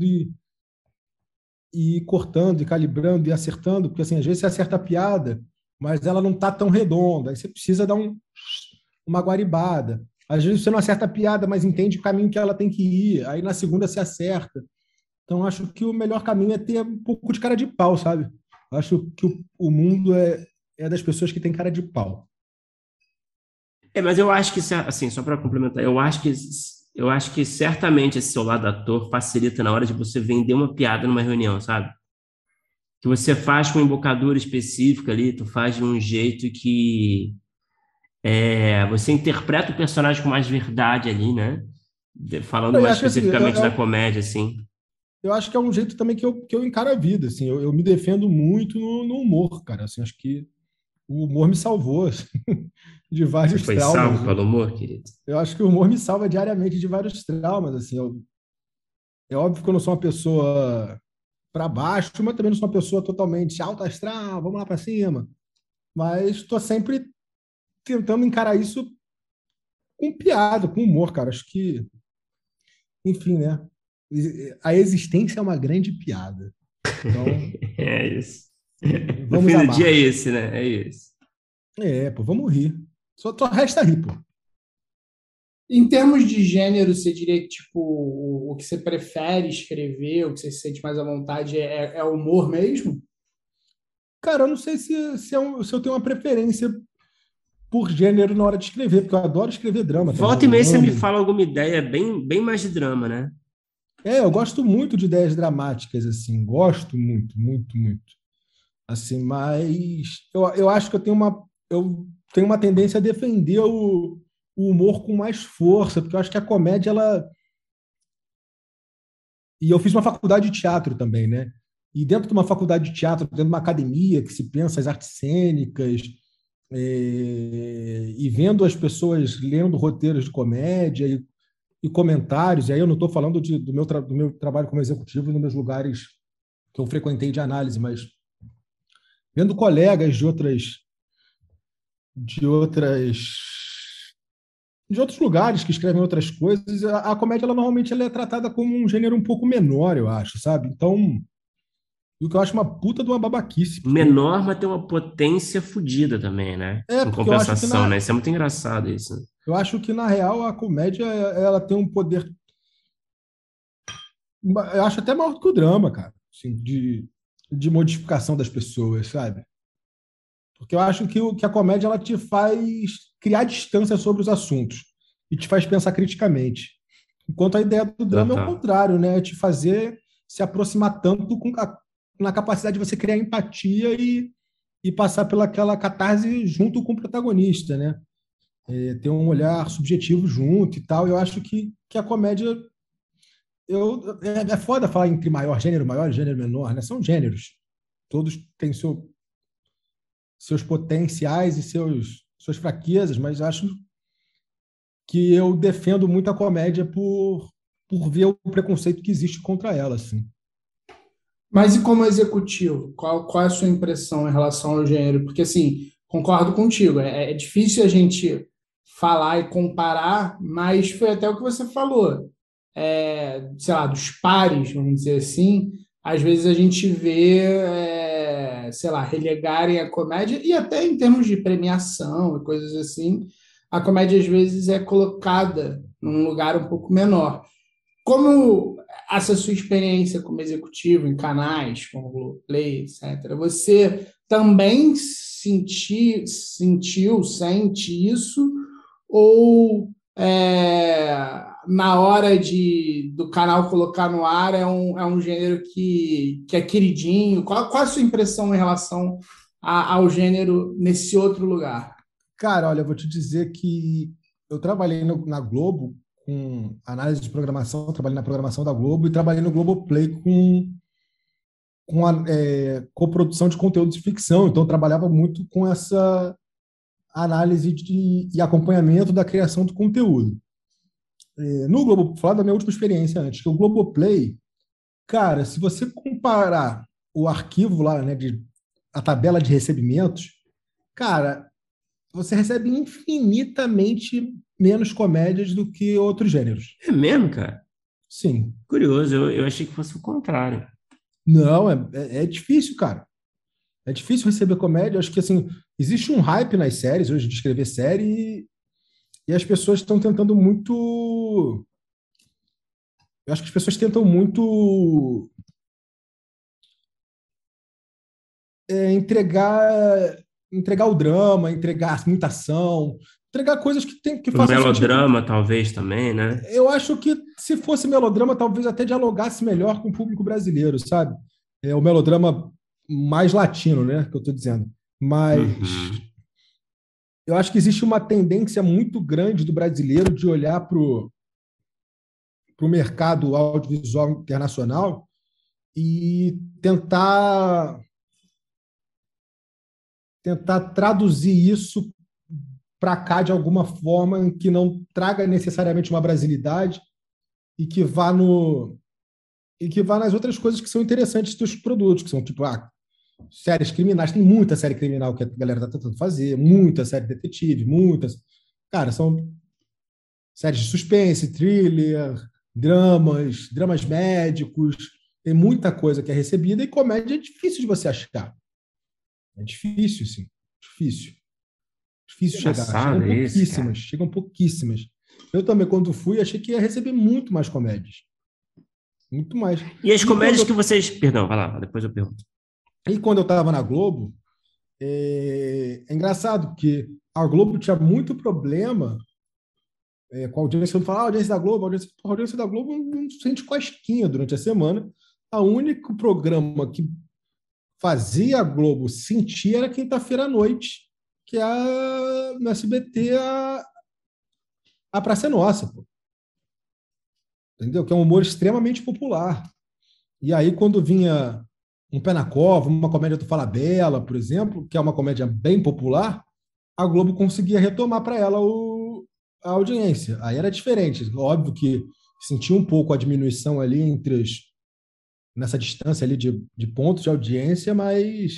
e cortando, e calibrando, e acertando, porque assim, às vezes você acerta a piada, mas ela não está tão redonda, aí você precisa dar uma guaribada. Às vezes você não acerta a piada, mas entende o caminho que ela tem que ir, aí na segunda você acerta. Então, acho que o melhor caminho é ter um pouco de cara de pau, sabe? Acho que o mundo é das pessoas que têm cara de pau. Mas eu acho que, assim, só para complementar, eu acho que certamente esse seu lado ator facilita na hora de você vender uma piada numa reunião, sabe? Que você faz com uma embocadura específica ali, tu faz de um jeito que você interpreta o personagem com mais verdade ali, né? Falando Eu mais acho assim, especificamente da comédia, assim. eu acho que é um jeito também que eu encaro a vida, assim. Eu me defendo muito no humor, cara. Assim, acho que o humor me salvou, assim, de Você vários foi traumas. salvo pelo humor, querido? Eu acho que o humor me salva diariamente de vários traumas, assim. É óbvio que eu não sou uma pessoa para baixo, mas também não sou uma pessoa totalmente alta astral, vamos lá para cima. Mas estou sempre tentando encarar isso com piada, com humor, cara. Acho que, enfim, né? A existência é uma grande piada. Então, É isso. No vamos fim à do dia é marcha. esse, né? É isso. Pô, vamos rir. Só resta rir, pô. Em termos de gênero, você diria que tipo, o que você prefere escrever, o que você se sente mais à vontade é humor mesmo? Cara, eu não sei se eu tenho uma preferência por gênero na hora de escrever, porque eu adoro escrever drama também. Volta e Eu meia você me amo. fala alguma ideia bem, bem mais de drama, né? Eu gosto muito de ideias dramáticas, assim. Gosto muito, muito, muito. Assim, mas eu acho que eu tenho uma tendência a defender o humor com mais força, porque eu acho que a comédia, ela. E eu fiz uma faculdade de teatro também, né? E dentro de uma faculdade de teatro, dentro de uma academia que se pensa as artes cênicas, e vendo as pessoas lendo roteiros de comédia e comentários, e aí eu não estou falando do meu trabalho como executivo nos meus lugares que eu frequentei de análise, mas vendo colegas de outras de outros lugares que escrevem outras coisas, a comédia ela normalmente é tratada como um gênero um pouco menor, eu acho, sabe? Então, o que eu acho uma puta de uma babaquice, porque Menor, mas tem uma potência fodida também, né? Em porque eu acho que compensação, na né? Isso é muito engraçado, isso. eu acho que na real a comédia ela tem um poder, eu acho até maior do que o drama, cara, assim, de modificação das pessoas, sabe? Porque eu acho que a comédia ela te faz criar distância sobre os assuntos e te faz pensar criticamente. Enquanto a ideia do drama é o Total. contrário, né? É te fazer se aproximar tanto na capacidade de você criar empatia e passar pelaquela catarse junto com o protagonista, né? Ter um olhar subjetivo junto e tal. Eu acho que a comédia. É foda falar entre maior gênero menor, né? São gêneros. Todos têm seus potenciais e suas fraquezas, mas acho que eu defendo muito a comédia por ver o preconceito que existe contra ela, assim. Mas e como executivo, qual é a sua impressão em relação ao gênero? Porque, assim, concordo contigo, é difícil a gente falar e comparar, mas foi até o que você falou. Sei lá, dos pares, vamos dizer assim, às vezes a gente vê, sei lá, relegarem a comédia, e até em termos de premiação e coisas assim, a comédia às vezes é colocada num lugar um pouco menor. Como essa sua experiência como executivo em canais como o Globoplay, etc., você também sente isso? Ou na hora do canal colocar no ar é um gênero que é queridinho? Qual a sua impressão em relação ao gênero nesse outro lugar? Cara, olha, eu vou te dizer que eu trabalhei na Globo com análise de programação, trabalhei na programação da Globo e trabalhei no Globoplay com a coprodução de conteúdo de ficção. Então, eu trabalhava muito com essa análise e acompanhamento da criação do conteúdo. No Globo, vou falar da minha última experiência antes, que o Globoplay, cara, se você comparar o arquivo lá, né, a tabela de recebimentos, cara, você recebe infinitamente menos comédias do que outros gêneros. É mesmo, cara? Sim. Curioso, eu achei que fosse o contrário. Não, é difícil, cara. É difícil receber comédia. Eu acho que, assim, existe um hype nas séries hoje de escrever série e as pessoas estão tentando muito. Eu acho que as pessoas tentam muito entregar o drama, entregar muita ação, entregar coisas que O façam sentido. melodrama, talvez, também, né? Eu acho que se fosse melodrama, talvez até dialogasse melhor com o público brasileiro, sabe? É o melodrama mais latino, né? Que eu estou dizendo. Mas Uhum. eu acho que existe uma tendência muito grande do brasileiro de olhar para o mercado audiovisual internacional e tentar traduzir isso para cá de alguma forma que não traga necessariamente uma brasilidade e que vá nas outras coisas que são interessantes dos produtos, que são tipo séries criminais. Tem muita série criminal que a galera está tentando fazer, muita série detetive, muitas. Cara, são séries de suspense, thriller, dramas médicos. Tem muita coisa que é recebida e comédia é difícil de você achar. É difícil, sim. Difícil. Difícil chegar. Chegam Engraçado isso, pouquíssimas. cara. Chegam pouquíssimas. Eu também, quando fui, achei que ia receber muito mais comédias. Muito mais. E as E quando comédias que eu, vocês. Perdão, vai lá, depois eu pergunto. e quando eu estava na Globo, é engraçado, porque a Globo tinha muito problema com a audiência. Quando fala, a audiência da Globo, a audiência da Globo não sente cosquinha durante a semana. O único programa que fazia a Globo sentir era quinta-feira à noite, que é no SBT a Praça é Nossa, pô. Entendeu? Que é um humor extremamente popular. E aí, quando vinha um Pé na Cova, uma comédia do Falabella, por exemplo, que é uma comédia bem popular, a Globo conseguia retomar para ela a audiência. Aí era diferente. Óbvio que sentia um pouco a diminuição ali nessa distância ali de pontos de audiência, mas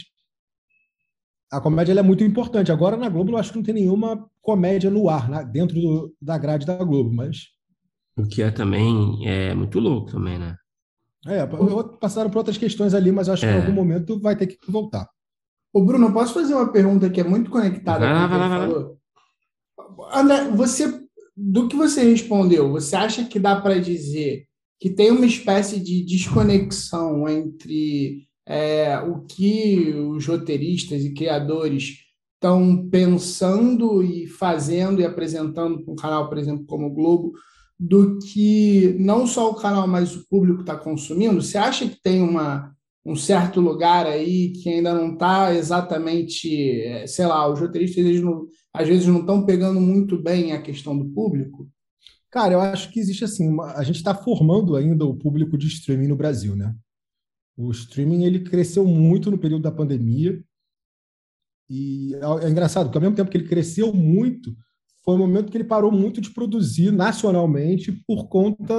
a comédia ela é muito importante. Agora, na Globo, eu acho que não tem nenhuma comédia no ar, dentro da grade da Globo, mas O que é também muito louco também, né? passaram por outras questões ali, mas eu acho que em algum É. momento vai ter que voltar. Ô, Bruno, eu posso fazer uma pergunta que é muito conectada Vai com lá, o que vai ele lá, vai lá. falou? André, do que você respondeu, você acha que dá para dizer que tem uma espécie de desconexão entre o que os roteiristas e criadores estão pensando e fazendo e apresentando para um canal, por exemplo, como o Globo, do que não só o canal, mas o público está consumindo? Você acha que tem um certo lugar aí que ainda não está exatamente, sei lá, os roteiristas eles não, às vezes não estão pegando muito bem a questão do público? Cara, eu acho que existe assim, a gente está formando ainda o público de streaming no Brasil, né? O streaming ele cresceu muito no período da pandemia e é engraçado porque ao mesmo tempo que ele cresceu muito, foi o momento que ele parou muito de produzir nacionalmente por conta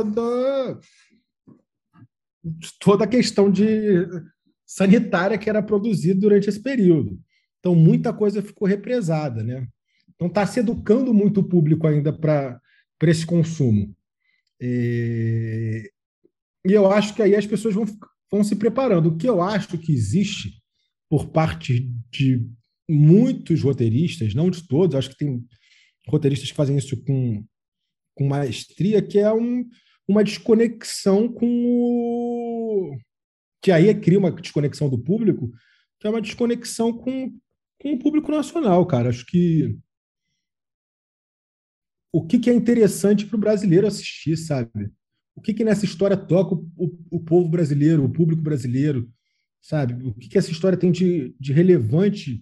de toda a questão sanitária que era produzida durante esse período. Então, muita coisa ficou represada, né? Então, está se educando muito o público ainda para esse consumo. E eu acho que aí as pessoas vão se preparando. O que eu acho que existe por parte de muitos roteiristas, não de todos, acho que tem roteiristas que fazem isso com maestria, que é uma desconexão com o... que aí cria uma desconexão do público, que é uma desconexão com o público nacional, cara. Acho que o que é interessante para o brasileiro assistir, sabe? O que nessa história toca o povo brasileiro, o público brasileiro, sabe? O que essa história tem de relevante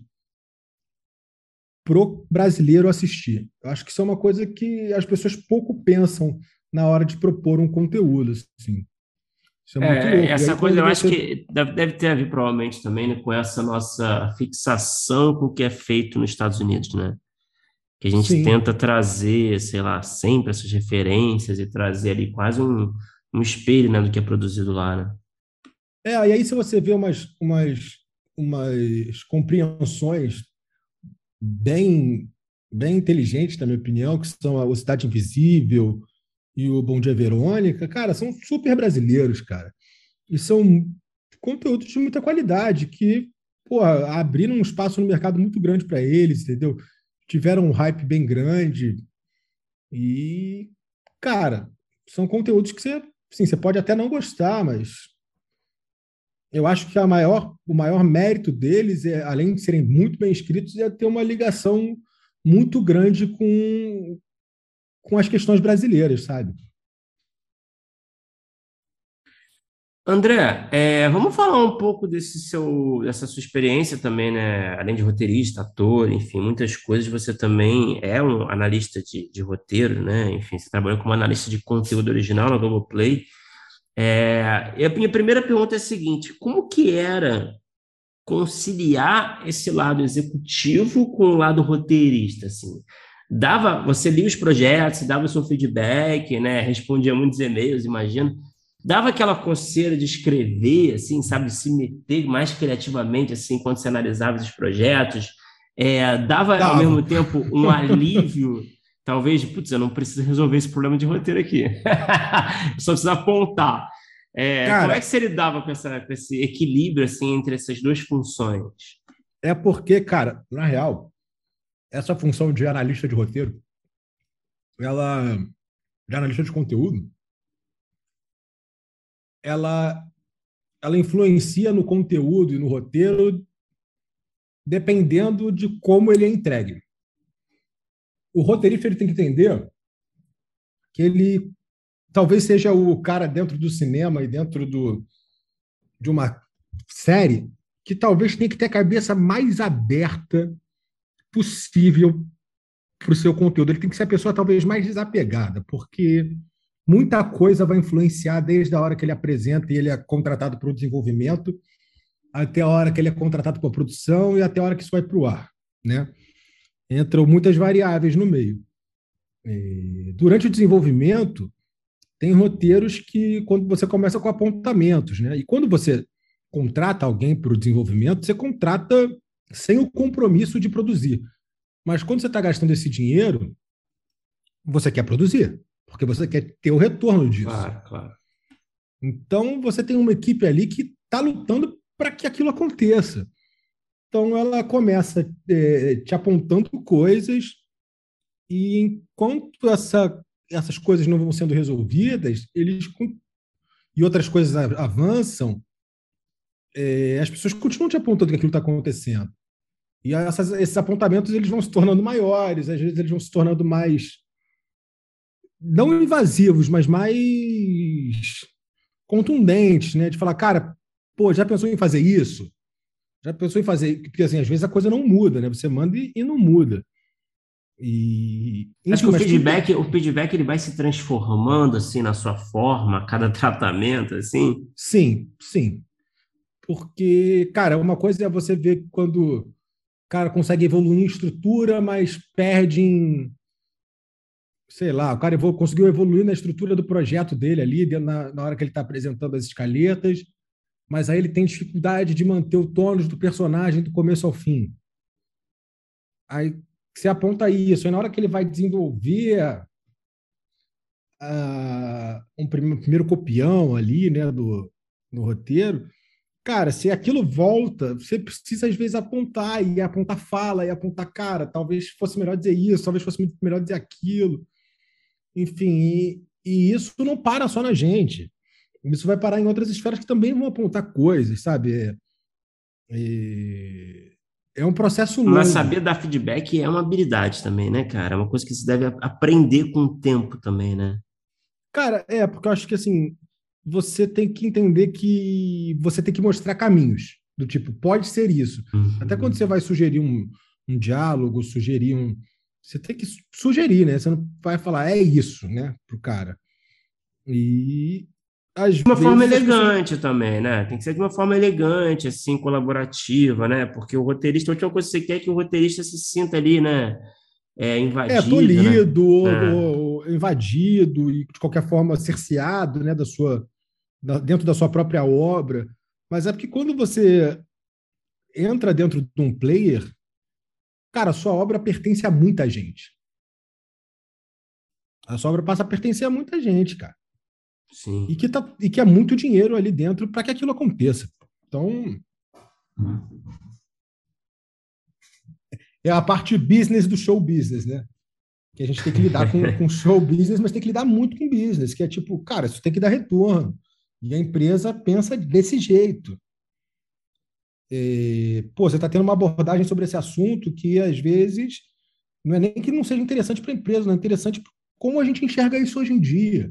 pro brasileiro assistir. Eu acho que isso é uma coisa que as pessoas pouco pensam na hora de propor um conteúdo, assim. Isso é muito louco. E Essa aí, coisa quando eu acho você... que deve ter a ver provavelmente também, né, com essa nossa fixação com o que é feito nos Estados Unidos, né? Que a gente Sim. tenta trazer, sei lá, sempre essas referências e trazer ali quase um espelho, né, do que é produzido lá, né? E aí se você vê umas compreensões bem inteligentes, na minha opinião, que são a O Cidade Invisível e o Bom Dia Verônica, cara, são super brasileiros, cara. E são conteúdos de muita qualidade que, pô, abriram um espaço no mercado muito grande para eles, entendeu? Tiveram um hype bem grande e, cara, são conteúdos que você, sim, você pode até não gostar, mas eu acho que o maior mérito deles, além de serem muito bem escritos, é ter uma ligação muito grande com as questões brasileiras, sabe? André, vamos falar um pouco dessa sua experiência também, né? Além de roteirista, ator, enfim, muitas coisas. Você também é um analista de roteiro, né? Enfim, você trabalhou como analista de conteúdo original na Globoplay. E a minha primeira pergunta é a seguinte: como que era conciliar esse lado executivo com o lado roteirista, assim? Você lia os projetos, dava o seu feedback, né? Respondia muitos e-mails, imagino. Dava aquela coceira de escrever, assim, sabe, de se meter mais criativamente, assim, quando você analisava esses projetos. Dava, ao Dava. mesmo tempo, um alívio, talvez, de, putz, eu não preciso resolver esse problema de roteiro aqui. Eu só preciso apontar. Como é que Cara, você lidava com esse equilíbrio, assim, entre essas duas funções? é porque, cara, na real, essa função de analista de roteiro, ela, de analista de conteúdo, ela, ela influencia no conteúdo e no roteiro dependendo de como ele é entregue. O roteirista ele tem que entender que ele talvez seja o cara dentro do cinema e dentro de uma série que talvez tenha que ter a cabeça mais aberta possível para o seu conteúdo. Ele tem que ser a pessoa talvez mais desapegada, porque muita coisa vai influenciar desde a hora que ele apresenta e ele é contratado para o desenvolvimento, até a hora que ele é contratado para a produção e até a hora que isso vai para o ar, né? Entram muitas variáveis no meio. Durante o desenvolvimento, tem roteiros que, quando você começa com apontamentos, né? E quando você contrata alguém para o desenvolvimento, você contrata sem o compromisso de produzir. Mas quando você está gastando esse dinheiro, você quer produzir, porque você quer ter o retorno disso. Claro, claro. Então, você tem uma equipe ali que está lutando para que aquilo aconteça. Então, ela começa te apontando coisas, e enquanto essas coisas não vão sendo resolvidas, e outras coisas avançam, as pessoas continuam te apontando que aquilo está acontecendo. E esses apontamentos eles vão se tornando maiores, às vezes eles vão se tornando mais, não invasivos, mas mais contundentes, né? De falar, cara, pô, já pensou em fazer isso? Já pensou em fazer? Porque assim, às vezes a coisa não muda, né? Você manda e não muda. Acho que Enfim, mas tudo tem... o feedback ele vai se transformando assim na sua forma, a cada tratamento, assim. Sim, sim. Porque, cara, uma coisa é você ver quando o cara consegue evoluir em estrutura, mas perde em, sei lá, o cara conseguiu evoluir na estrutura do projeto dele ali, na hora que ele está apresentando as escaletas, mas aí ele tem dificuldade de manter o tônus do personagem do começo ao fim. Aí você aponta isso, aí na hora que ele vai desenvolver um primeiro copião ali, né, no roteiro, cara, se aquilo volta, você precisa às vezes apontar, e apontar fala, e apontar, cara, talvez fosse melhor dizer isso, talvez fosse melhor dizer aquilo. Enfim, e isso não para só na gente. Isso vai parar em outras esferas que também vão apontar coisas, sabe? É um processo Mas longo. saber dar feedback é uma habilidade também, né, cara? É uma coisa que se deve aprender com o tempo também, né? Cara, porque eu acho que assim, você tem que entender que você tem que mostrar caminhos. Do tipo, pode ser isso. Até quando você Uhum. vai sugerir um diálogo, sugerir um. Você tem que sugerir, né? Você não vai falar, é isso, né, pro cara. E às De uma forma vezes as pessoas. elegante também, né? Tem que ser de uma forma elegante, assim, colaborativa, né? Porque o roteirista, a última coisa que você quer é que o roteirista se sinta ali, né? Invadido, né? Tolhido É, ou invadido e de qualquer forma cerceado, né, dentro da sua própria obra. Mas é porque quando você entra dentro de um player, cara, a sua obra pertence a muita gente. A sua obra passa a pertencer a muita gente, cara. sim. E que é muito dinheiro ali dentro para que aquilo aconteça. Então, é a parte business do show business, né? Que a gente tem que lidar com show business, mas tem que lidar muito com business, que é tipo, cara, isso tem que dar retorno. E a empresa pensa desse jeito. Pô, você está tendo uma abordagem sobre esse assunto que às vezes não é nem que não seja interessante para a empresa, não é interessante como a gente enxerga isso hoje em dia.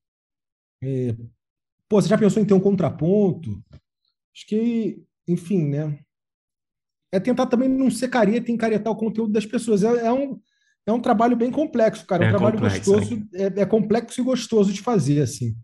Pô, você já pensou em ter um contraponto? Acho que, enfim, né? É tentar também não ser careta e encaretar o conteúdo das pessoas. É um trabalho bem complexo, cara. É um É trabalho complexo, gostoso, é complexo e gostoso de fazer, assim.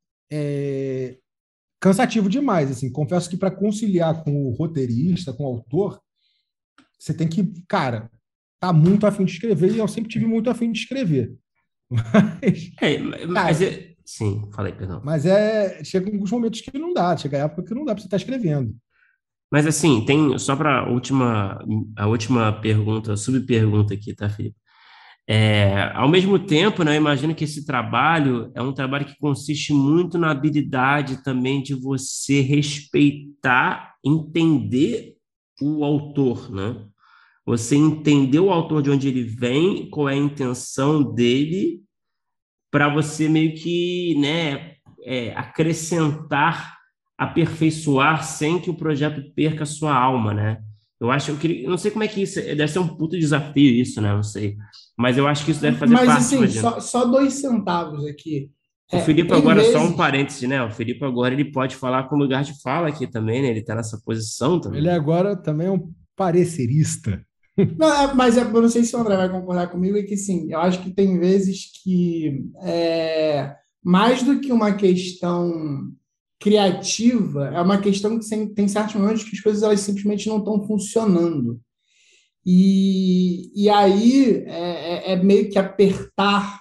Cansativo demais, assim. Confesso que para conciliar com o roteirista, com o autor, você tem que, cara, tá muito afim de escrever e eu sempre tive muito afim de escrever. Mas, mas cara, sim, falei, perdão. chega alguns momentos que não dá, chega a época que não dá para você estar escrevendo. Mas assim, tem só para a última pergunta, subpergunta aqui, tá, Felipe? Ao mesmo tempo, né, eu imagino que esse trabalho é um trabalho que consiste muito na habilidade também de você respeitar, entender o autor, né? Você entender o autor de onde ele vem, qual é a intenção dele, para você meio que, né, acrescentar, aperfeiçoar sem que o projeto perca a sua alma, né? Eu não sei como é que isso, deve ser um puto desafio isso, né? Não sei. Mas eu acho que isso deve fazer Mas parte, assim, imagina. só 2 centavos aqui. O Felipe Tem agora, só um vezes. parêntese, né? O Felipe agora ele pode falar com lugar de fala aqui também, né? Ele tá nessa posição Ele também. agora também é um parecerista. Não, eu não sei se o André vai concordar comigo, é que sim, eu acho que tem vezes que mais do que uma questão criativa, é uma questão que tem certos momentos que as coisas elas simplesmente não estão funcionando. E aí é meio que apertar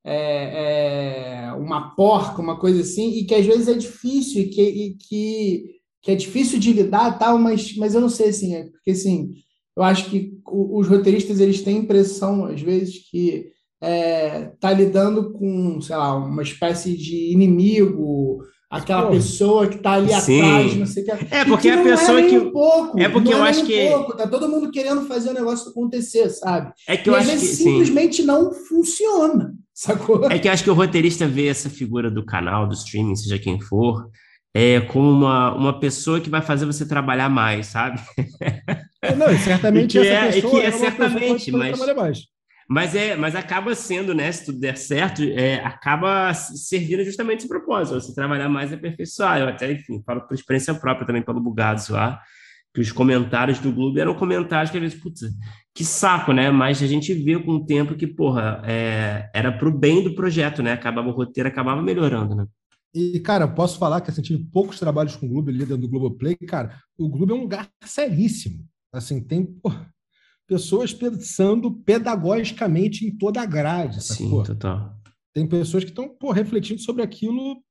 uma porca, uma coisa assim, e que às vezes é difícil, que é difícil de lidar, tal, mas eu não sei, assim, porque assim, eu acho que os roteiristas eles têm a impressão, às vezes, que tá lidando com, sei lá, uma espécie de inimigo, aquela Porra, pessoa que está ali atrás, não Sim. sei o que, e Porque que é a não é pessoa nem que. um É pouco, porque não é eu nem acho um pouco, que. tá todo mundo querendo fazer o negócio acontecer, sabe? É que eu E às acho vezes que. Sim. simplesmente não funciona, sacou? É que eu acho que o roteirista vê essa figura do canal, do streaming, seja quem for, como uma pessoa que vai fazer você trabalhar mais, sabe? não, e E certamente que essa é, e que pessoa é é uma pessoa que vai te certamente, fazer mas, trabalhar mais. mas acaba sendo, né? Se tudo der certo, acaba servindo justamente esse propósito, você trabalhar mais e aperfeiçoar. Eu até, enfim, falo por experiência própria também, pelo Bugados lá, que os comentários do Globo eram comentários que às vezes, putz, que saco, né? Mas a gente vê com o tempo que, porra, era pro bem do projeto, né? Acabava o roteiro, acabava melhorando, né? E, cara, posso falar que assim, tive poucos trabalhos com o Globo ali dentro do Globoplay. Cara, o Globo é um lugar seríssimo. Assim, tem pessoas pensando pedagogicamente em toda a grade, Sim, sacou? total. Tem pessoas que estão refletindo sobre aquilo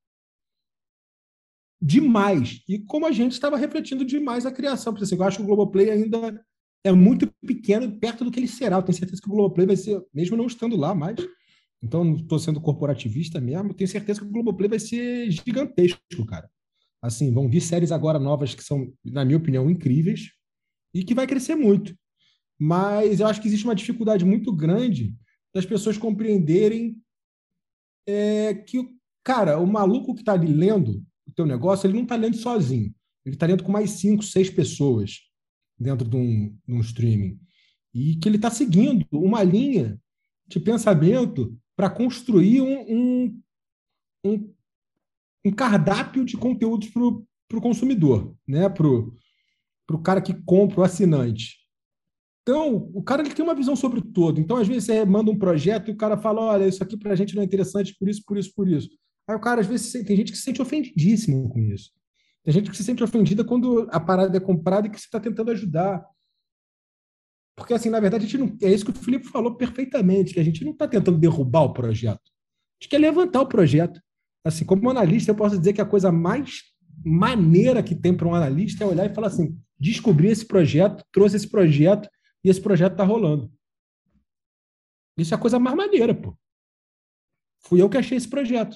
demais. E como a gente estava refletindo demais a criação. Porque assim, eu acho que o Globoplay ainda é muito pequeno perto do que ele será. Eu tenho certeza que o Globoplay vai ser, mesmo não estando lá mais, então não estou sendo corporativista mesmo, tenho certeza que o Globoplay vai ser gigantesco, cara. Assim, vão vir séries agora novas que são, na minha opinião, incríveis e que vai crescer muito. Mas eu acho que existe uma dificuldade muito grande das pessoas compreenderem que, cara, o maluco que está ali lendo o teu negócio, ele não está lendo sozinho. Ele está lendo com mais 5, 6 pessoas dentro de um streaming. E que ele está seguindo uma linha de pensamento para construir um, um cardápio de conteúdos para o consumidor, né? Para o cara que compra, o assinante. Então, o cara ele tem uma visão sobre o todo. Então, às vezes, você manda um projeto e o cara fala: olha, isso aqui para a gente não é interessante por isso, por isso, por isso. Aí o cara, às vezes, tem gente que se sente ofendidíssimo com isso. Tem gente que se sente ofendida quando a parada é comprada e que você está tentando ajudar. Porque, assim, na verdade, a gente não, é isso que o Felipe falou perfeitamente, que a gente não está tentando derrubar o projeto. A gente quer levantar o projeto. Assim, como analista, eu posso dizer que a coisa mais maneira que tem para um analista é olhar e falar assim: descobri esse projeto, trouxe esse projeto e esse projeto está rolando. Isso é a coisa mais maneira, pô. Fui eu que achei esse projeto.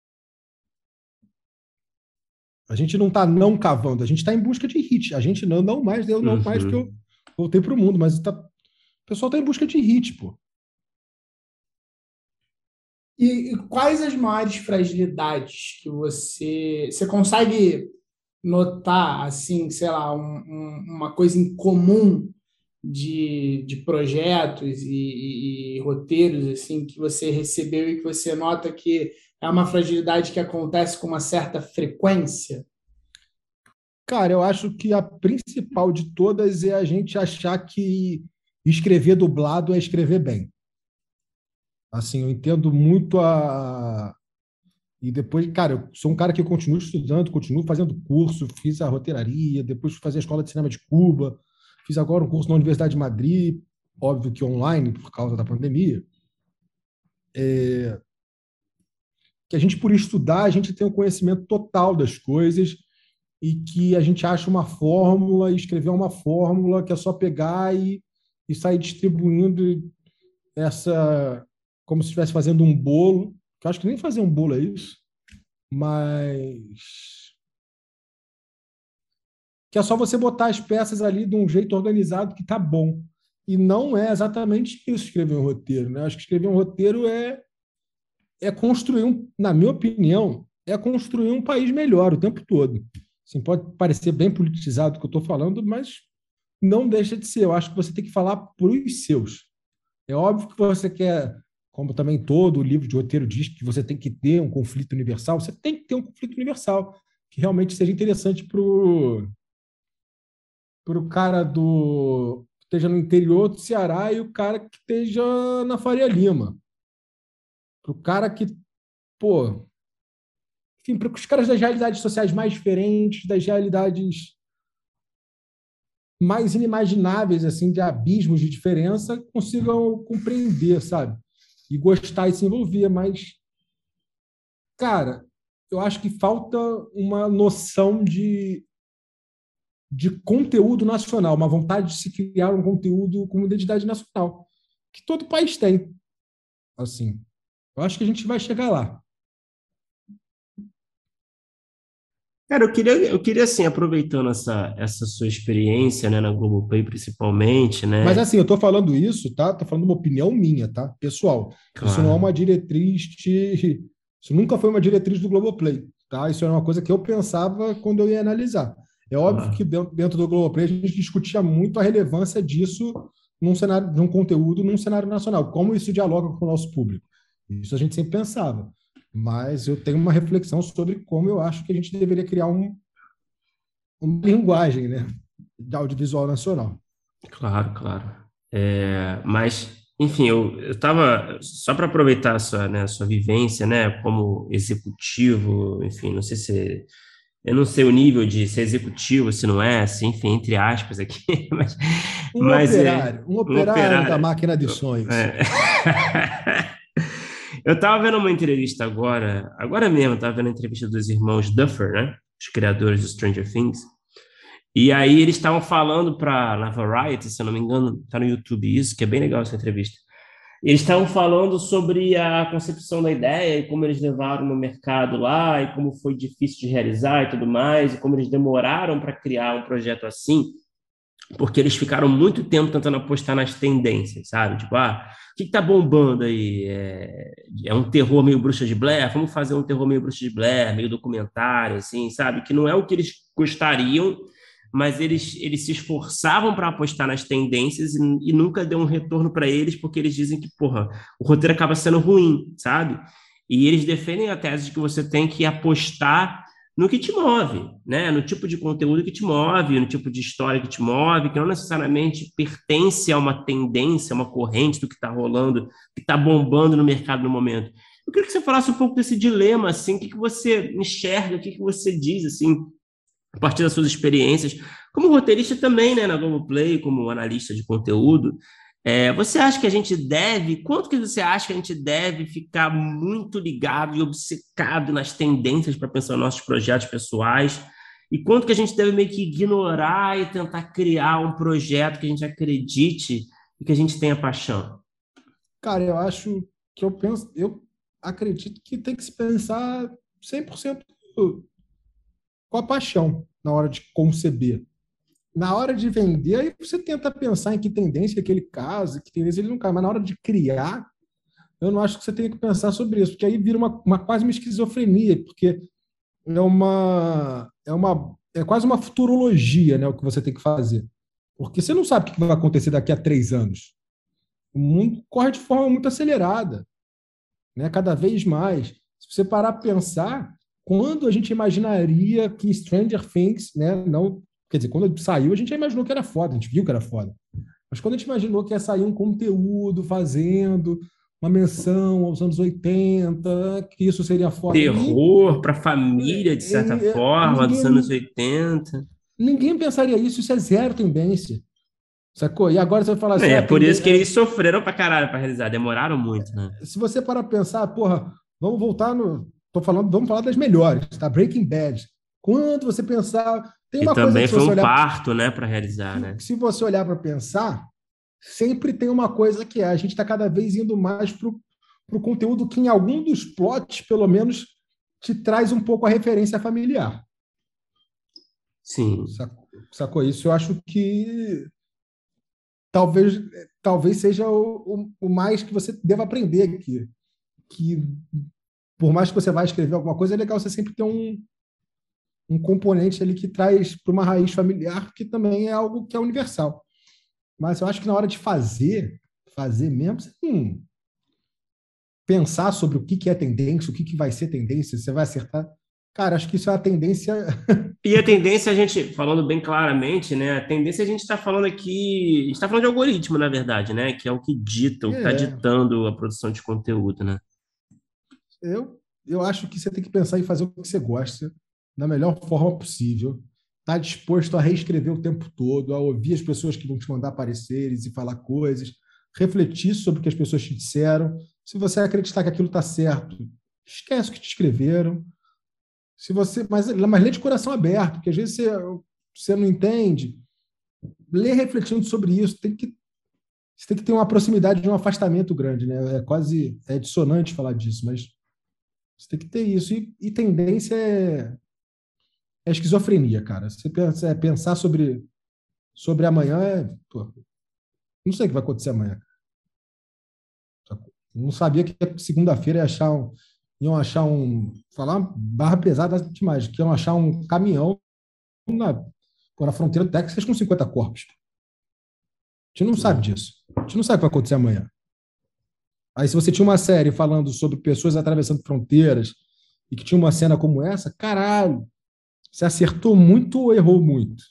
A gente não está não cavando, a gente está em busca de hit. A gente não mais, eu não mais, porque eu voltei para o mundo, mas o pessoal está em busca de hit, pô. E quais as maiores fragilidades que você consegue notar, assim, sei lá, uma coisa em comum de projetos e roteiros, assim, que você recebeu e que você nota que é uma fragilidade que acontece com uma certa frequência? Cara, eu acho que a principal de todas é a gente achar que escrever dublado é escrever bem. Assim, eu entendo muito a. E depois, cara, eu sou um cara que eu continuo estudando, continuo fazendo curso, fiz a roteiraria, depois fui fazer a Escola de Cinema de Cuba, fiz agora um curso na Universidade de Madrid, óbvio que online, por causa da pandemia. Que a gente, por estudar, a gente tem o conhecimento total das coisas e que a gente acha uma fórmula e escrever uma fórmula que é só pegar e sair distribuindo essa como se estivesse fazendo um bolo, que eu acho que nem fazer um bolo é isso, mas que é só você botar as peças ali de um jeito organizado que tá bom. E não é exatamente isso escrever um roteiro, né? Eu acho que escrever um roteiro é construir na minha opinião, é construir um país melhor o tempo todo. Assim, pode parecer bem politizado o que eu estou falando, mas não deixa de ser. Eu acho que você tem que falar para os seus. É óbvio que você quer, como também todo livro de roteiro diz, que você tem que ter um conflito universal, você tem que ter um conflito universal que realmente seja interessante para o cara que esteja no interior do Ceará e o cara que esteja na Faria Lima. Para o cara que, pô, enfim, para os caras das realidades sociais mais diferentes, das realidades mais inimagináveis, assim, de abismos de diferença, consigam compreender, sabe? E gostar e se envolver. Mas, cara, eu acho que falta uma noção de conteúdo nacional, uma vontade de se criar um conteúdo com identidade nacional, que todo país tem. Assim, eu acho que a gente vai chegar lá. Cara, eu queria assim, aproveitando essa sua experiência, né, na Globoplay principalmente, Mas né? assim, eu tô falando isso, tá? Tô falando uma opinião minha, tá? Pessoal, isso não é uma Claro. diretriz de... Isso nunca foi uma diretriz do Globoplay, tá? Isso era uma coisa que eu pensava quando eu ia analisar. É óbvio que Claro. dentro do Globoplay a gente discutia muito a relevância disso num cenário, de um conteúdo num cenário nacional, como isso dialoga com o nosso público. Isso a gente sempre pensava. Mas eu tenho uma reflexão sobre como eu acho que a gente deveria criar uma linguagem, né, de audiovisual nacional. Claro, claro. Mas, enfim, eu tava, só para aproveitar a sua vivência, né, como executivo, enfim, não sei se, eu não sei o nível de ser executivo, se não é, assim, enfim, entre aspas aqui, mas é Um um operário da operário. máquina de sonhos. É. Eu tava vendo uma entrevista agora mesmo, eu tava vendo a entrevista dos irmãos Duffer, né, os criadores do Stranger Things, e aí eles estavam falando na Variety, se eu não me engano, tá no YouTube isso, que é bem legal essa entrevista. Eles estavam falando sobre a concepção da ideia e como eles levaram no mercado lá e como foi difícil de realizar e tudo mais, e como eles demoraram para criar um projeto assim, porque eles ficaram muito tempo tentando apostar nas tendências, sabe? Tipo, o que tá bombando aí? É um terror meio Bruxa de Blair? Vamos fazer um terror meio Bruxa de Blair, meio documentário, assim, sabe? Que não é o que eles gostariam, mas eles se esforçavam para apostar nas tendências e nunca deu um retorno para eles, porque eles dizem que, porra, o roteiro acaba sendo ruim, sabe? E eles defendem a tese de que você tem que apostar no que te move, né? No tipo de conteúdo que te move, no tipo de história que te move, que não necessariamente pertence a uma tendência, a uma corrente do que está rolando, que está bombando no mercado no momento. Eu queria que você falasse um pouco desse dilema, assim, o que você enxerga, o que você diz, assim, a partir das suas experiências, como roteirista também, né, na Globoplay, como analista de conteúdo. Você acha que a gente deve, quanto que você acha que a gente deve ficar muito ligado e obcecado nas tendências para pensar nos nossos projetos pessoais? E quanto que a gente deve meio que ignorar e tentar criar um projeto que a gente acredite e que a gente tenha paixão? Cara, eu acredito que tem que se pensar 100% com a paixão na hora de conceber. Na hora de vender, aí você tenta pensar em que tendência que ele casa, que tendência ele não casa, mas na hora de criar, eu não acho que você tenha que pensar sobre isso, porque aí vira quase uma esquizofrenia, porque é quase uma futurologia, né, o que você tem que fazer. Porque você não sabe o que vai acontecer daqui a 3 anos. O mundo corre de forma muito acelerada, né, cada vez mais. Se você parar para pensar, quando a gente imaginaria que Stranger Things, né, não, quer dizer, quando saiu, a gente já imaginou que era foda, a gente viu que era foda. Mas quando a gente imaginou que ia sair um conteúdo fazendo uma menção aos anos 80, que isso seria foda. Terror para a família, de certa forma, dos anos Ninguém, 80. ninguém pensaria isso, isso é zero tendência. Sacou? E agora você vai falar assim, É por isso que eles sofreram pra caralho pra realizar, demoraram muito, né? se você parar para pensar, porra, vamos voltar no. Tô falando, vamos falar das melhores, tá? Breaking Bad. Quando você pensar. Tem E uma coisa também que se foi você um olhar. parto, né, para realizar, né? Se você olhar para pensar, sempre tem uma coisa que é: a gente está cada vez indo mais para o conteúdo que, em algum dos plots, pelo menos, te traz um pouco a referência familiar. Sim. Sacou isso? Eu acho que talvez, talvez seja o mais que você deva aprender aqui. Que por mais que você vá escrever alguma coisa, é legal você sempre ter um componente ali que traz para uma raiz familiar, que também é algo que é universal. Mas eu acho que na hora de fazer mesmo, você pensar sobre o que é tendência, o que vai ser tendência, você vai acertar. Cara, acho que isso é a tendência. E a tendência, a gente, falando bem claramente, né? A tendência a gente está falando aqui, a gente está falando de algoritmo, na verdade, né? Que é o que dita, o que está É, ditando a produção de conteúdo, né? eu acho que você tem que pensar em fazer o que você gosta da melhor forma possível. Tá disposto a reescrever o tempo todo, a ouvir as pessoas que vão te mandar pareceres e falar coisas, refletir sobre o que as pessoas te disseram. Se você acreditar que aquilo está certo, esquece o que te escreveram. Se você, mas lê de coração aberto, porque às vezes você não entende. Lê refletindo sobre isso. Você tem que ter uma proximidade de um afastamento grande, né? É dissonante falar disso, mas você tem que ter isso. E tendência é esquizofrenia, cara. Você pensar sobre amanhã pô, não sei o que vai acontecer amanhã. Não sabia que segunda-feira iam achar falar uma barra pesada demais, que iam achar um caminhão na fronteira do Texas com 50 corpos. A gente não sabe disso. A gente não sabe o que vai acontecer amanhã. Aí, se você tinha uma série falando sobre pessoas atravessando fronteiras e que tinha uma cena como essa, caralho, você acertou muito ou errou muito?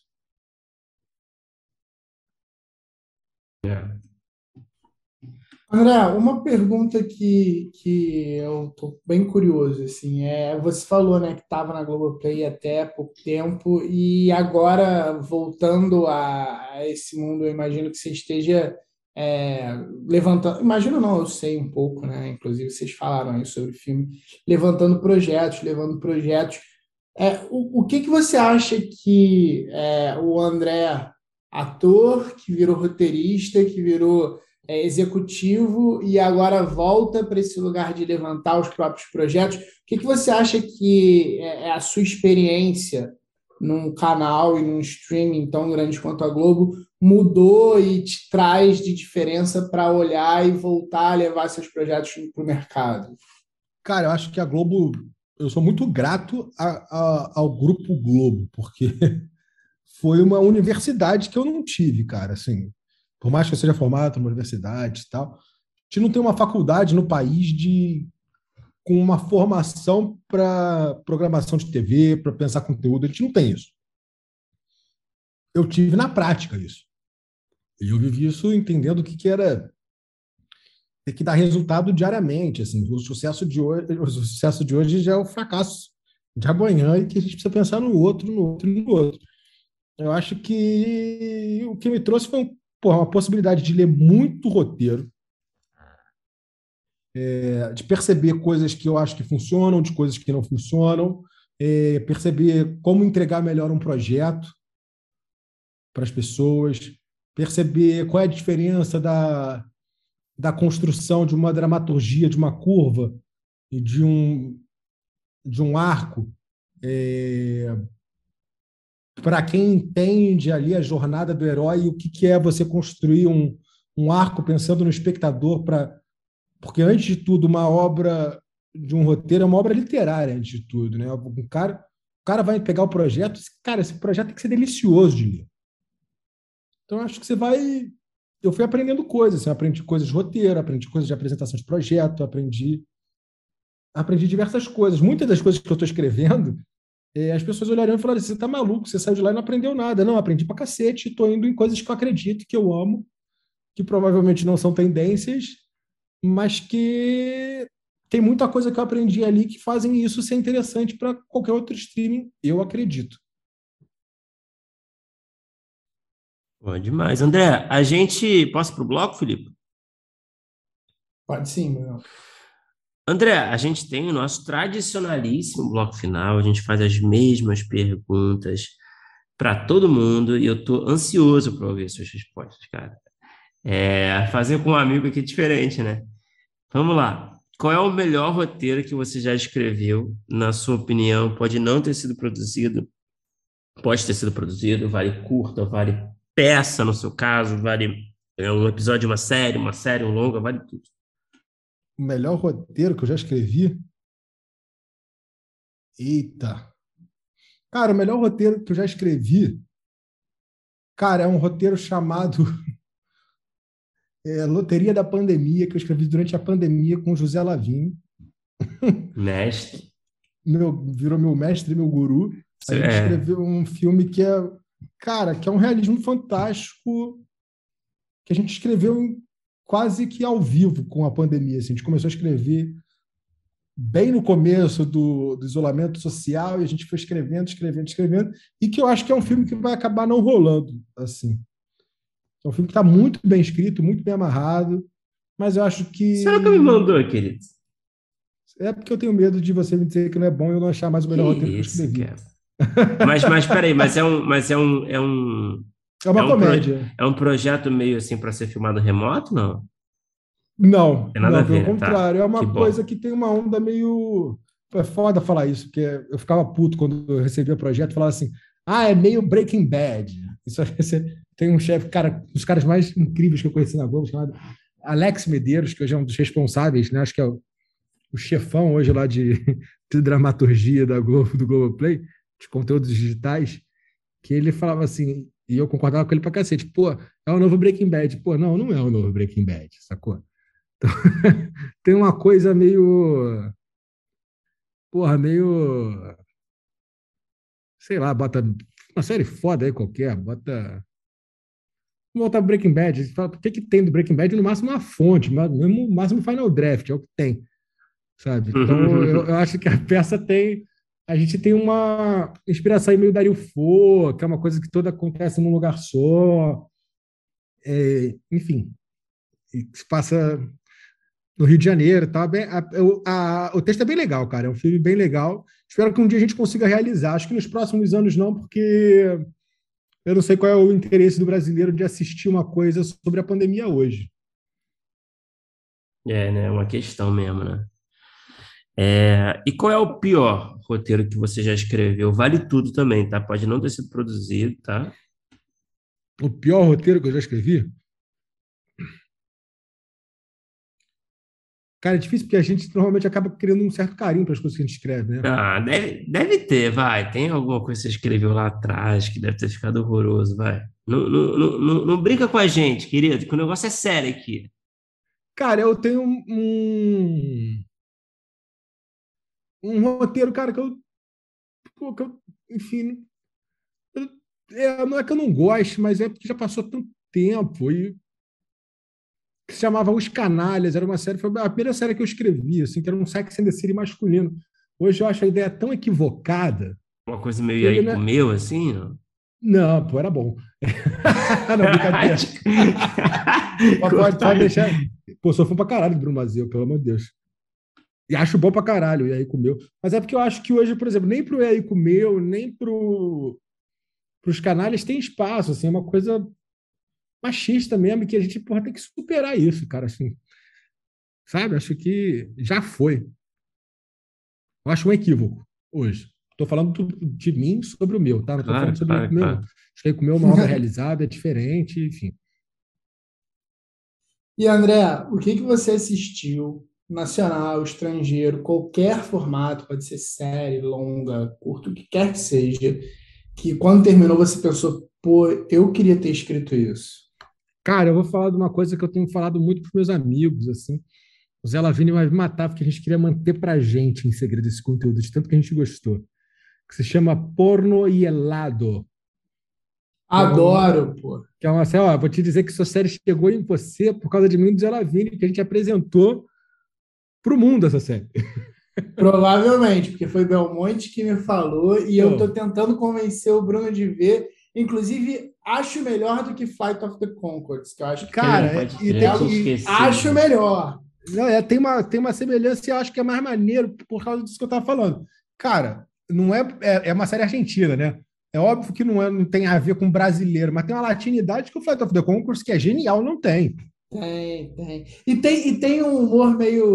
André, uma pergunta que eu tô bem curioso, assim, você falou, né, que estava na Globoplay até há pouco tempo e agora voltando a esse mundo, eu imagino que você esteja levantando, imagino não, eu sei um pouco, né, inclusive vocês falaram aí sobre o filme, levando projetos. O que que você acha que o André, ator, que virou roteirista, que virou executivo e agora volta para esse lugar de levantar os próprios projetos. O que você acha que é a sua experiência num canal e num streaming tão grande quanto a Globo mudou e te traz de diferença para olhar e voltar a levar seus projetos para o mercado? Cara, eu acho que a Globo, eu sou muito grato ao Grupo Globo, porque foi uma universidade que eu não tive, cara, assim, por mais que eu seja formado numa universidade e tal, a gente não tem uma faculdade no país com uma formação para programação de TV, para pensar conteúdo, a gente não tem isso. Eu tive na prática isso. E eu vivi isso entendendo o que era ter que dar resultado diariamente. Assim, o sucesso de hoje já é o fracasso de amanhã e que a gente precisa pensar no outro, no outro e no outro. Eu acho que o que me trouxe foi uma possibilidade de ler muito roteiro, de perceber coisas que eu acho que funcionam, de coisas que não funcionam, perceber como entregar melhor um projeto para as pessoas, perceber qual é a diferença da construção de uma dramaturgia, de uma curva e de um arco, para quem entende ali a jornada do herói, o que é você construir um arco pensando no espectador, porque, antes de tudo, uma obra de um roteiro é uma obra literária, antes de tudo. Né? O cara vai pegar o projeto, cara, esse projeto tem que ser delicioso de ler. Então, acho que você vai... Eu fui aprendendo coisas, assim, eu aprendi coisas de roteiro, aprendi coisas de apresentação de projeto, aprendi diversas coisas. Muitas das coisas que eu estou escrevendo, as pessoas olhariam e falariam, você está maluco, você saiu de lá e não aprendeu nada. Não, aprendi pra cacete, estou indo em coisas que eu acredito, que eu amo, que provavelmente não são tendências, mas que tem muita coisa que eu aprendi ali que fazem isso ser interessante para qualquer outro streaming, eu acredito. Bom demais. André, a gente... Posso ir pro bloco, Felipe? Pode sim, meu. André, a gente tem o nosso tradicionalíssimo bloco final, a gente faz as mesmas perguntas para todo mundo e eu estou ansioso para ouvir suas respostas, cara. Fazer com um amigo aqui é diferente, né? Vamos lá. Qual é o melhor roteiro que você já escreveu, na sua opinião? Pode não ter sido produzido, pode ter sido produzido, vale curta, vale peça no seu caso, vale um episódio de uma série, um longa, vale tudo. O melhor roteiro que eu já escrevi? Eita! Cara, o melhor roteiro que eu já escrevi, cara, é um roteiro chamado Loteria da Pandemia, que eu escrevi durante a pandemia com o José Lavinho. Mestre. Virou meu mestre, meu guru. A gente escreveu um filme que é um realismo fantástico, que a gente escreveu quase que ao vivo com a pandemia. Assim. A gente começou a escrever bem no começo do isolamento social e a gente foi escrevendo, e que eu acho que é um filme que vai acabar não rolando. Assim. É um filme que está muito bem escrito, muito bem amarrado, mas eu acho que... Você nunca me mandou, querido? É porque eu tenho medo de você me dizer que não é bom e eu não achar mais o melhor roteiro que eu escrevi. Mas peraí, É uma comédia. É um projeto meio assim para ser filmado remoto, não? Não, tem nada a ver, pelo contrário. Tá. É uma coisa que tem uma onda meio... É foda falar isso, porque eu ficava puto quando eu recebia o projeto e falava assim, é meio Breaking Bad. Isso tem um chefe, cara, um dos caras mais incríveis que eu conheci na Globo, chamado Alex Medeiros, que hoje é um dos responsáveis, né? Acho que é o chefão hoje lá de dramaturgia da Globo, do Globoplay, de conteúdos digitais, que ele falava assim, e eu concordava com ele pra cacete, pô, é o novo Breaking Bad. Pô, não é o novo Breaking Bad, sacou? Então, tem uma coisa meio... sei lá, bota uma série foda aí qualquer, vamos botar Breaking Bad, fala, o que tem do Breaking Bad? No máximo uma fonte, no máximo Final Draft, é o que tem, sabe? Então, eu acho que a peça a gente tem uma inspiração aí meio Dario Fo, que é uma coisa que toda acontece num lugar só, enfim, se passa no Rio de Janeiro, tá? O texto é bem legal, cara, é um filme bem legal, espero que um dia a gente consiga realizar, acho que nos próximos anos não, porque eu não sei qual é o interesse do brasileiro de assistir uma coisa sobre a pandemia hoje. É, né? É uma questão mesmo, né? E qual é o pior roteiro que você já escreveu? Vale tudo também, tá? Pode não ter sido produzido, tá? O pior roteiro que eu já escrevi, cara, é difícil porque a gente normalmente acaba criando um certo carinho para as coisas que a gente escreve, né? Ah, deve ter, vai. Tem alguma coisa que você escreveu lá atrás que deve ter ficado horroroso, vai. Não brinca com a gente, querido, que o negócio é sério aqui. Cara, eu tenho um roteiro, cara, enfim, não é que eu não gosto, mas é porque já passou tanto tempo e que se chamava Os Canalhas, era uma série, foi a primeira série que eu escrevi, assim, que era um Sex and the City masculino. Hoje eu acho a ideia tão equivocada Uma coisa que meio ele aí não com o é... meu, assim, ó. Não, pô, era bom. Não, brincadeira. Pode deixar. Pô, sou fã pra caralho do Bruno Mazzeo, pelo amor de Deus. E acho bom pra caralho, e aí comeu. Mas é porque eu acho que hoje, por exemplo, nem pro E aí comeu, nem pros canalhas tem espaço, assim, é uma coisa machista mesmo, e que a gente, porra, tem que superar isso, cara, assim, sabe? Acho que já foi. Eu acho um equívoco hoje. Estou falando de mim sobre o meu, tá? Não estou Claro, falando sobre o claro, meu, não. claro. Acho que o meu é uma obra realizada, é diferente, enfim. E André, o que que você assistiu, nacional, estrangeiro, qualquer formato, pode ser série, longa, curto, o que quer que seja, que quando terminou você pensou, pô, eu queria ter escrito isso. Cara, eu vou falar de uma coisa que eu tenho falado muito para meus amigos, assim. O Zé Lavini vai me matar porque a gente queria manter pra gente em segredo esse conteúdo, de tanto que a gente gostou. Que se chama Porno e Helado. Que é uma, Adoro, pô. que é uma série, ó, vou te dizer que sua série chegou em você por causa de mim e do Zé Lavini, que a gente apresentou pro mundo essa série. Provavelmente, porque foi Belmonte que me falou e eu estou Pô, tentando convencer o Bruno de ver. Inclusive, acho melhor do que Flight of the Conchords, que eu acho que cara, Pode e crer, tem, eu tinha esquecido acho disso. melhor. não, tem uma semelhança e eu acho que é mais maneiro por causa disso que eu estava falando. Cara, não é uma série argentina, né? É óbvio que não tem a ver com brasileiro, mas tem uma latinidade que o Flight of the Conchords, que é genial, não tem. Tem. E tem um humor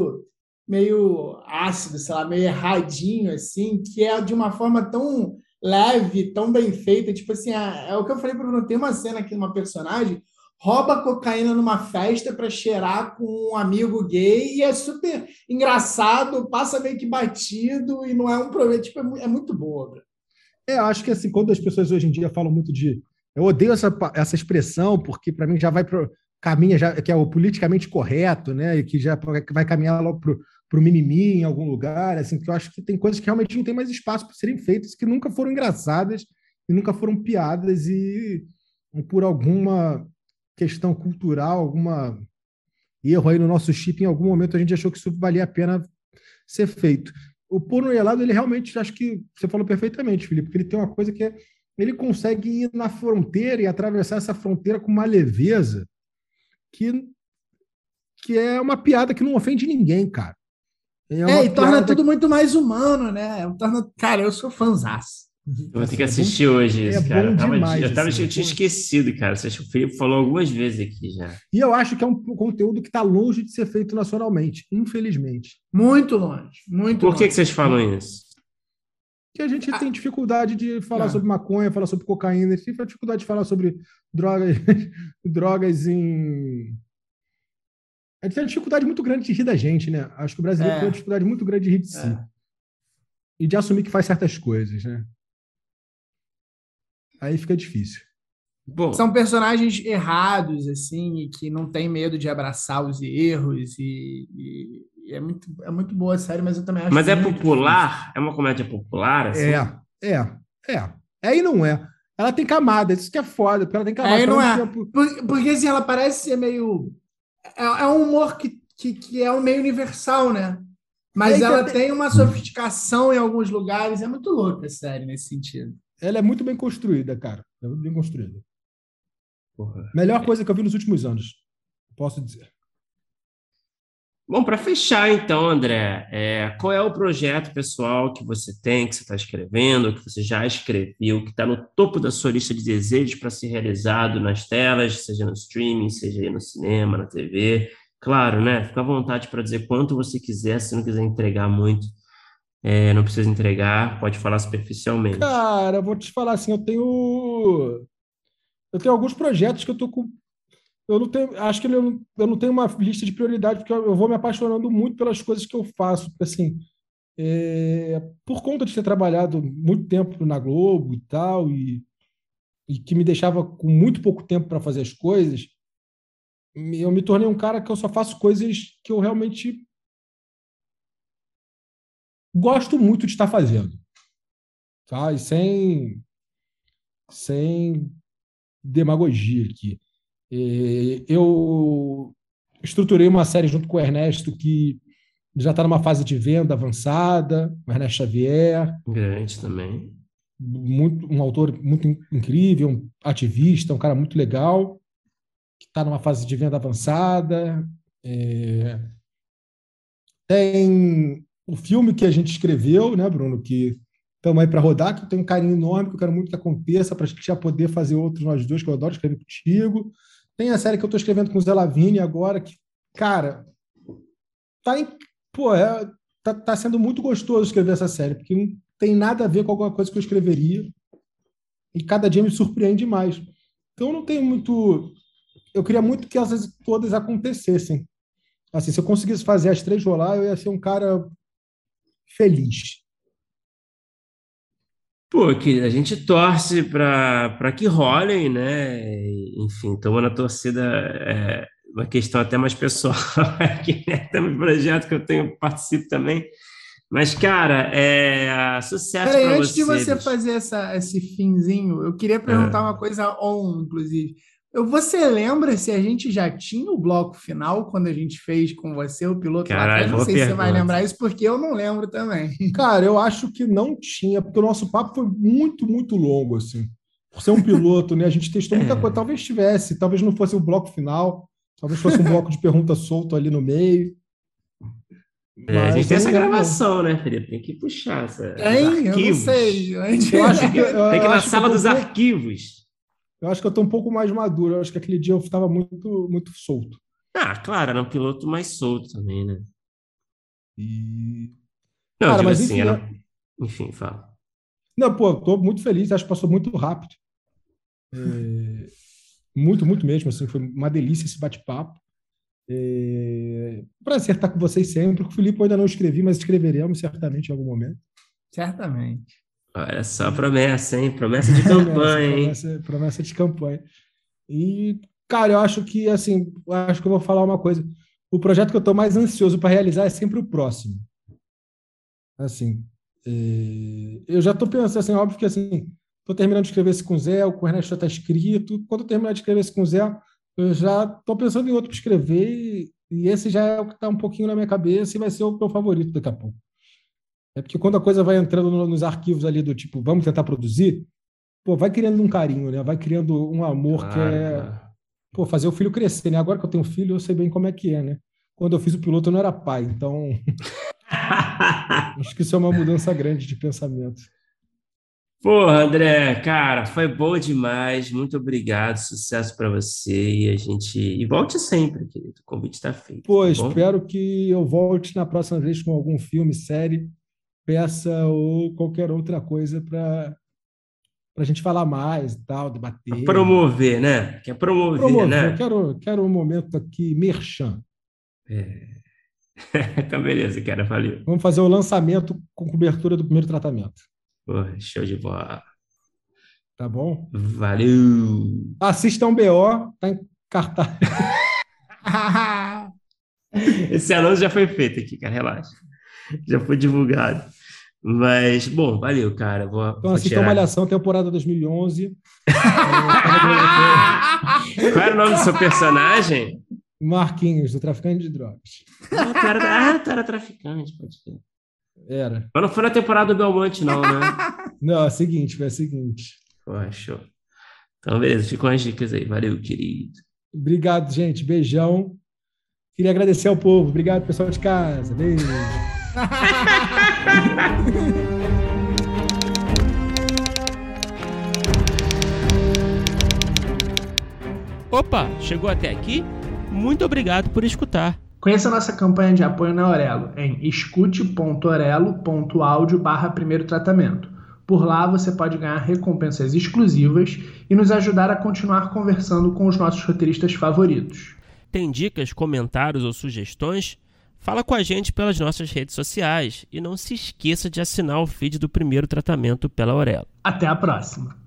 meio ácido, sei lá, meio erradinho, assim, que é de uma forma tão leve, tão bem feita. Tipo assim, é o que eu falei para Bruno, tem uma cena aqui, uma personagem rouba cocaína numa festa para cheirar com um amigo gay e é super engraçado, passa meio que batido e não é um problema. Tipo, é muito boa, bro. Eu acho que assim, quando as pessoas hoje em dia falam muito de. Eu odeio essa expressão, porque para mim já vai pro caminho, já, que é o politicamente correto, né? E que já vai caminhar logo pro mimimi em algum lugar, assim, que eu acho que tem coisas que realmente não tem mais espaço para serem feitas, que nunca foram engraçadas e nunca foram piadas, e por alguma questão cultural, alguma erro aí no nosso chip, em algum momento a gente achou que isso valia a pena ser feito. O porno helado, ele realmente, acho que você falou perfeitamente, Felipe, porque ele tem uma coisa que é, ele consegue ir na fronteira e atravessar essa fronteira com uma leveza que, que é uma piada que não ofende ninguém, cara. É uma E torna piada tudo que muito mais humano, né? Cara, eu sou fãzaço. Eu vou ter que assim, assistir hoje é isso, cara. bom demais. Eu Assim, tinha esquecido, cara. O Felipe falou algumas vezes aqui já. e eu acho que é um conteúdo que está longe de ser feito nacionalmente, infelizmente. Muito longe, muito Por que longe. vocês falam isso? Que a gente tem Ah, dificuldade de falar ah. sobre maconha, falar sobre cocaína, a gente tem dificuldade de falar sobre drogas, drogas em. A gente tem uma dificuldade muito grande de rir da gente, né? Acho que o brasileiro tem uma É, dificuldade muito grande de rir de si é. e de assumir que faz certas coisas, né? Aí fica difícil. São Bom, personagens errados, assim, e que não tem medo de abraçar os erros, e é muito boa a série, mas eu também acho mas é muito difícil. popular? É uma comédia popular, É, assim? é, é. Aí não é. Ela tem camadas, isso que é foda, porque ela tem camadas. Aí Ao não mesmo é. tempo. Porque, assim, ela parece ser meio. É um humor que é um meio universal, né? É, Mas e tem ela até- tem uma sofisticação em alguns lugares. É muito louca a série nesse sentido. Ela é muito bem construída, cara. É muito bem construída. Porra. Melhor coisa que eu vi nos últimos anos, posso dizer. Bom, para fechar então, André, qual é o projeto pessoal que você tem, que você está escrevendo, que você já escreveu, que está no topo da sua lista de desejos para ser realizado nas telas, seja no streaming, seja aí no cinema, na TV? Claro, né? Fica à vontade para dizer quanto você quiser, se não quiser entregar muito, não precisa entregar, pode falar superficialmente. Cara, vou te falar assim, eu tenho alguns projetos que eu tô com. Eu não tenho, acho que eu não tenho uma lista de prioridade, porque eu vou me apaixonando muito pelas coisas que eu faço. Porque, assim, por conta de ter trabalhado muito tempo na Globo e tal, e que me deixava com muito pouco tempo para fazer as coisas, eu me tornei um cara que eu só faço coisas que eu realmente gosto muito de estar fazendo, tá? E sem demagogia aqui. Eu estruturei uma série junto com o Ernesto que já está numa fase de venda avançada, o Ernesto Xavier, Grande também. um autor muito incrível, um ativista, um cara muito legal, que está numa fase de venda avançada. Tem o filme que a gente escreveu, né, Bruno, que estamos aí para rodar, que eu tenho um carinho enorme, que eu quero muito que aconteça, para a gente já poder fazer outros nós dois, que eu adoro escrever contigo. Tem a série que eu estou escrevendo com o Zé Lavigne agora, que, cara, tá, tá sendo muito gostoso escrever essa série, porque não tem nada a ver com alguma coisa que eu escreveria, e cada dia me surpreende mais. Então, eu não tenho muito. Eu queria muito que elas todas acontecessem. Assim, se eu conseguisse fazer as 3 rolar, eu ia ser um cara feliz. Pô, querido, a gente torce para que rolem, né? Enfim, estamos na torcida, uma questão até mais pessoal aqui, né? Tem um projeto que participo também. Mas, cara, sucesso Peraí, para antes de você bicho. fazer esse finzinho, eu queria perguntar uma coisa inclusive. Você lembra se a gente já tinha o bloco final quando a gente fez com você o piloto lá atrás? Caralho, Não boa sei se você vai pergunta. lembrar isso, porque eu não lembro também. Cara, eu acho que não tinha, porque o nosso papo foi muito, muito longo, assim. Por ser um piloto, né? A gente testou muita coisa. Talvez tivesse, talvez não fosse o bloco final, talvez fosse um bloco de pergunta solto ali no meio. A gente Mas tem eu não essa lembro, não. gravação, né, Felipe? Tem que puxar os Eu não arquivos. sei. Eu acho que, Tem que ir na acho que sala eu tô dos arquivos. eu acho que eu estou um pouco mais maduro. Eu acho que aquele dia eu estava muito, muito solto. Ah, claro, era um piloto mais solto também, né? E... Não, eu Cara, digo mas assim, enfim, enfim, fala. não, pô, estou muito feliz. Acho que passou muito rápido. Muito, muito mesmo. Assim, foi uma delícia esse bate-papo. Prazer estar com vocês sempre. Com o Felipe eu ainda não escrevi, mas escreveremos certamente em algum momento. Certamente. Olha só a promessa, hein? Promessa de campanha, hein? Promessa de campanha. E, cara, eu acho que, assim, acho que eu vou falar uma coisa. O projeto que eu estou mais ansioso para realizar é sempre o próximo. Assim, eu já estou pensando, assim, óbvio que, assim, estou terminando de escrever esse com o Zé, o Ernesto já está escrito. Quando eu terminar de escrever esse com o Zé, eu já estou pensando em outro para escrever, e esse já é o que está um pouquinho na minha cabeça e vai ser o meu favorito daqui a pouco. É porque quando a coisa vai entrando nos arquivos ali do tipo, vamos tentar produzir, pô, vai criando um carinho, né? Vai criando um amor que é, Claro. pô, fazer o filho crescer, né? Agora que eu tenho filho, eu sei bem como é que é, né? Quando eu fiz o piloto, eu não era pai, então acho que isso é uma mudança grande de pensamento. Porra, André, cara, foi bom demais. Muito obrigado, sucesso para você e volte sempre, querido. O convite está feito, Pô, tá bom? espero que eu volte na próxima vez com algum filme, série, peça ou qualquer outra coisa para a gente falar mais e tal, debater. Promover, né? Quer promover, né? Quero um momento aqui, merchan. Então, beleza, cara, valeu. Vamos fazer o lançamento com cobertura do primeiro tratamento. Porra, show de bola. Tá bom? Valeu! Assistam BO, tá em cartaz. Esse anúncio já foi feito aqui, cara, relaxa. Já foi divulgado. Mas, bom, valeu, cara. Então Vou assistam tirar. Malhação, temporada 2011. Qual era o nome do seu personagem? Marquinhos, do Traficante de Drogas. Tu era traficante, pode ser. Era. Mas não foi na temporada do Belmonte, não, né? Não, é o seguinte, foi o seguinte. Pô, show. Então, beleza, ficam as dicas aí. Valeu, querido. Obrigado, gente. Beijão. Queria agradecer ao povo. Obrigado, pessoal de casa. Beijo. Opa, chegou até aqui? Muito obrigado por escutar. Conheça nossa campanha de apoio na Aurelo em escute.orelo.audio/primeiro tratamento. Por lá você pode ganhar recompensas exclusivas e nos ajudar a continuar conversando com os nossos roteiristas favoritos. Tem dicas, comentários ou sugestões? Fala com a gente pelas nossas redes sociais e não se esqueça de assinar o feed do Primeiro Tratamento pela Aurelo. Até a próxima!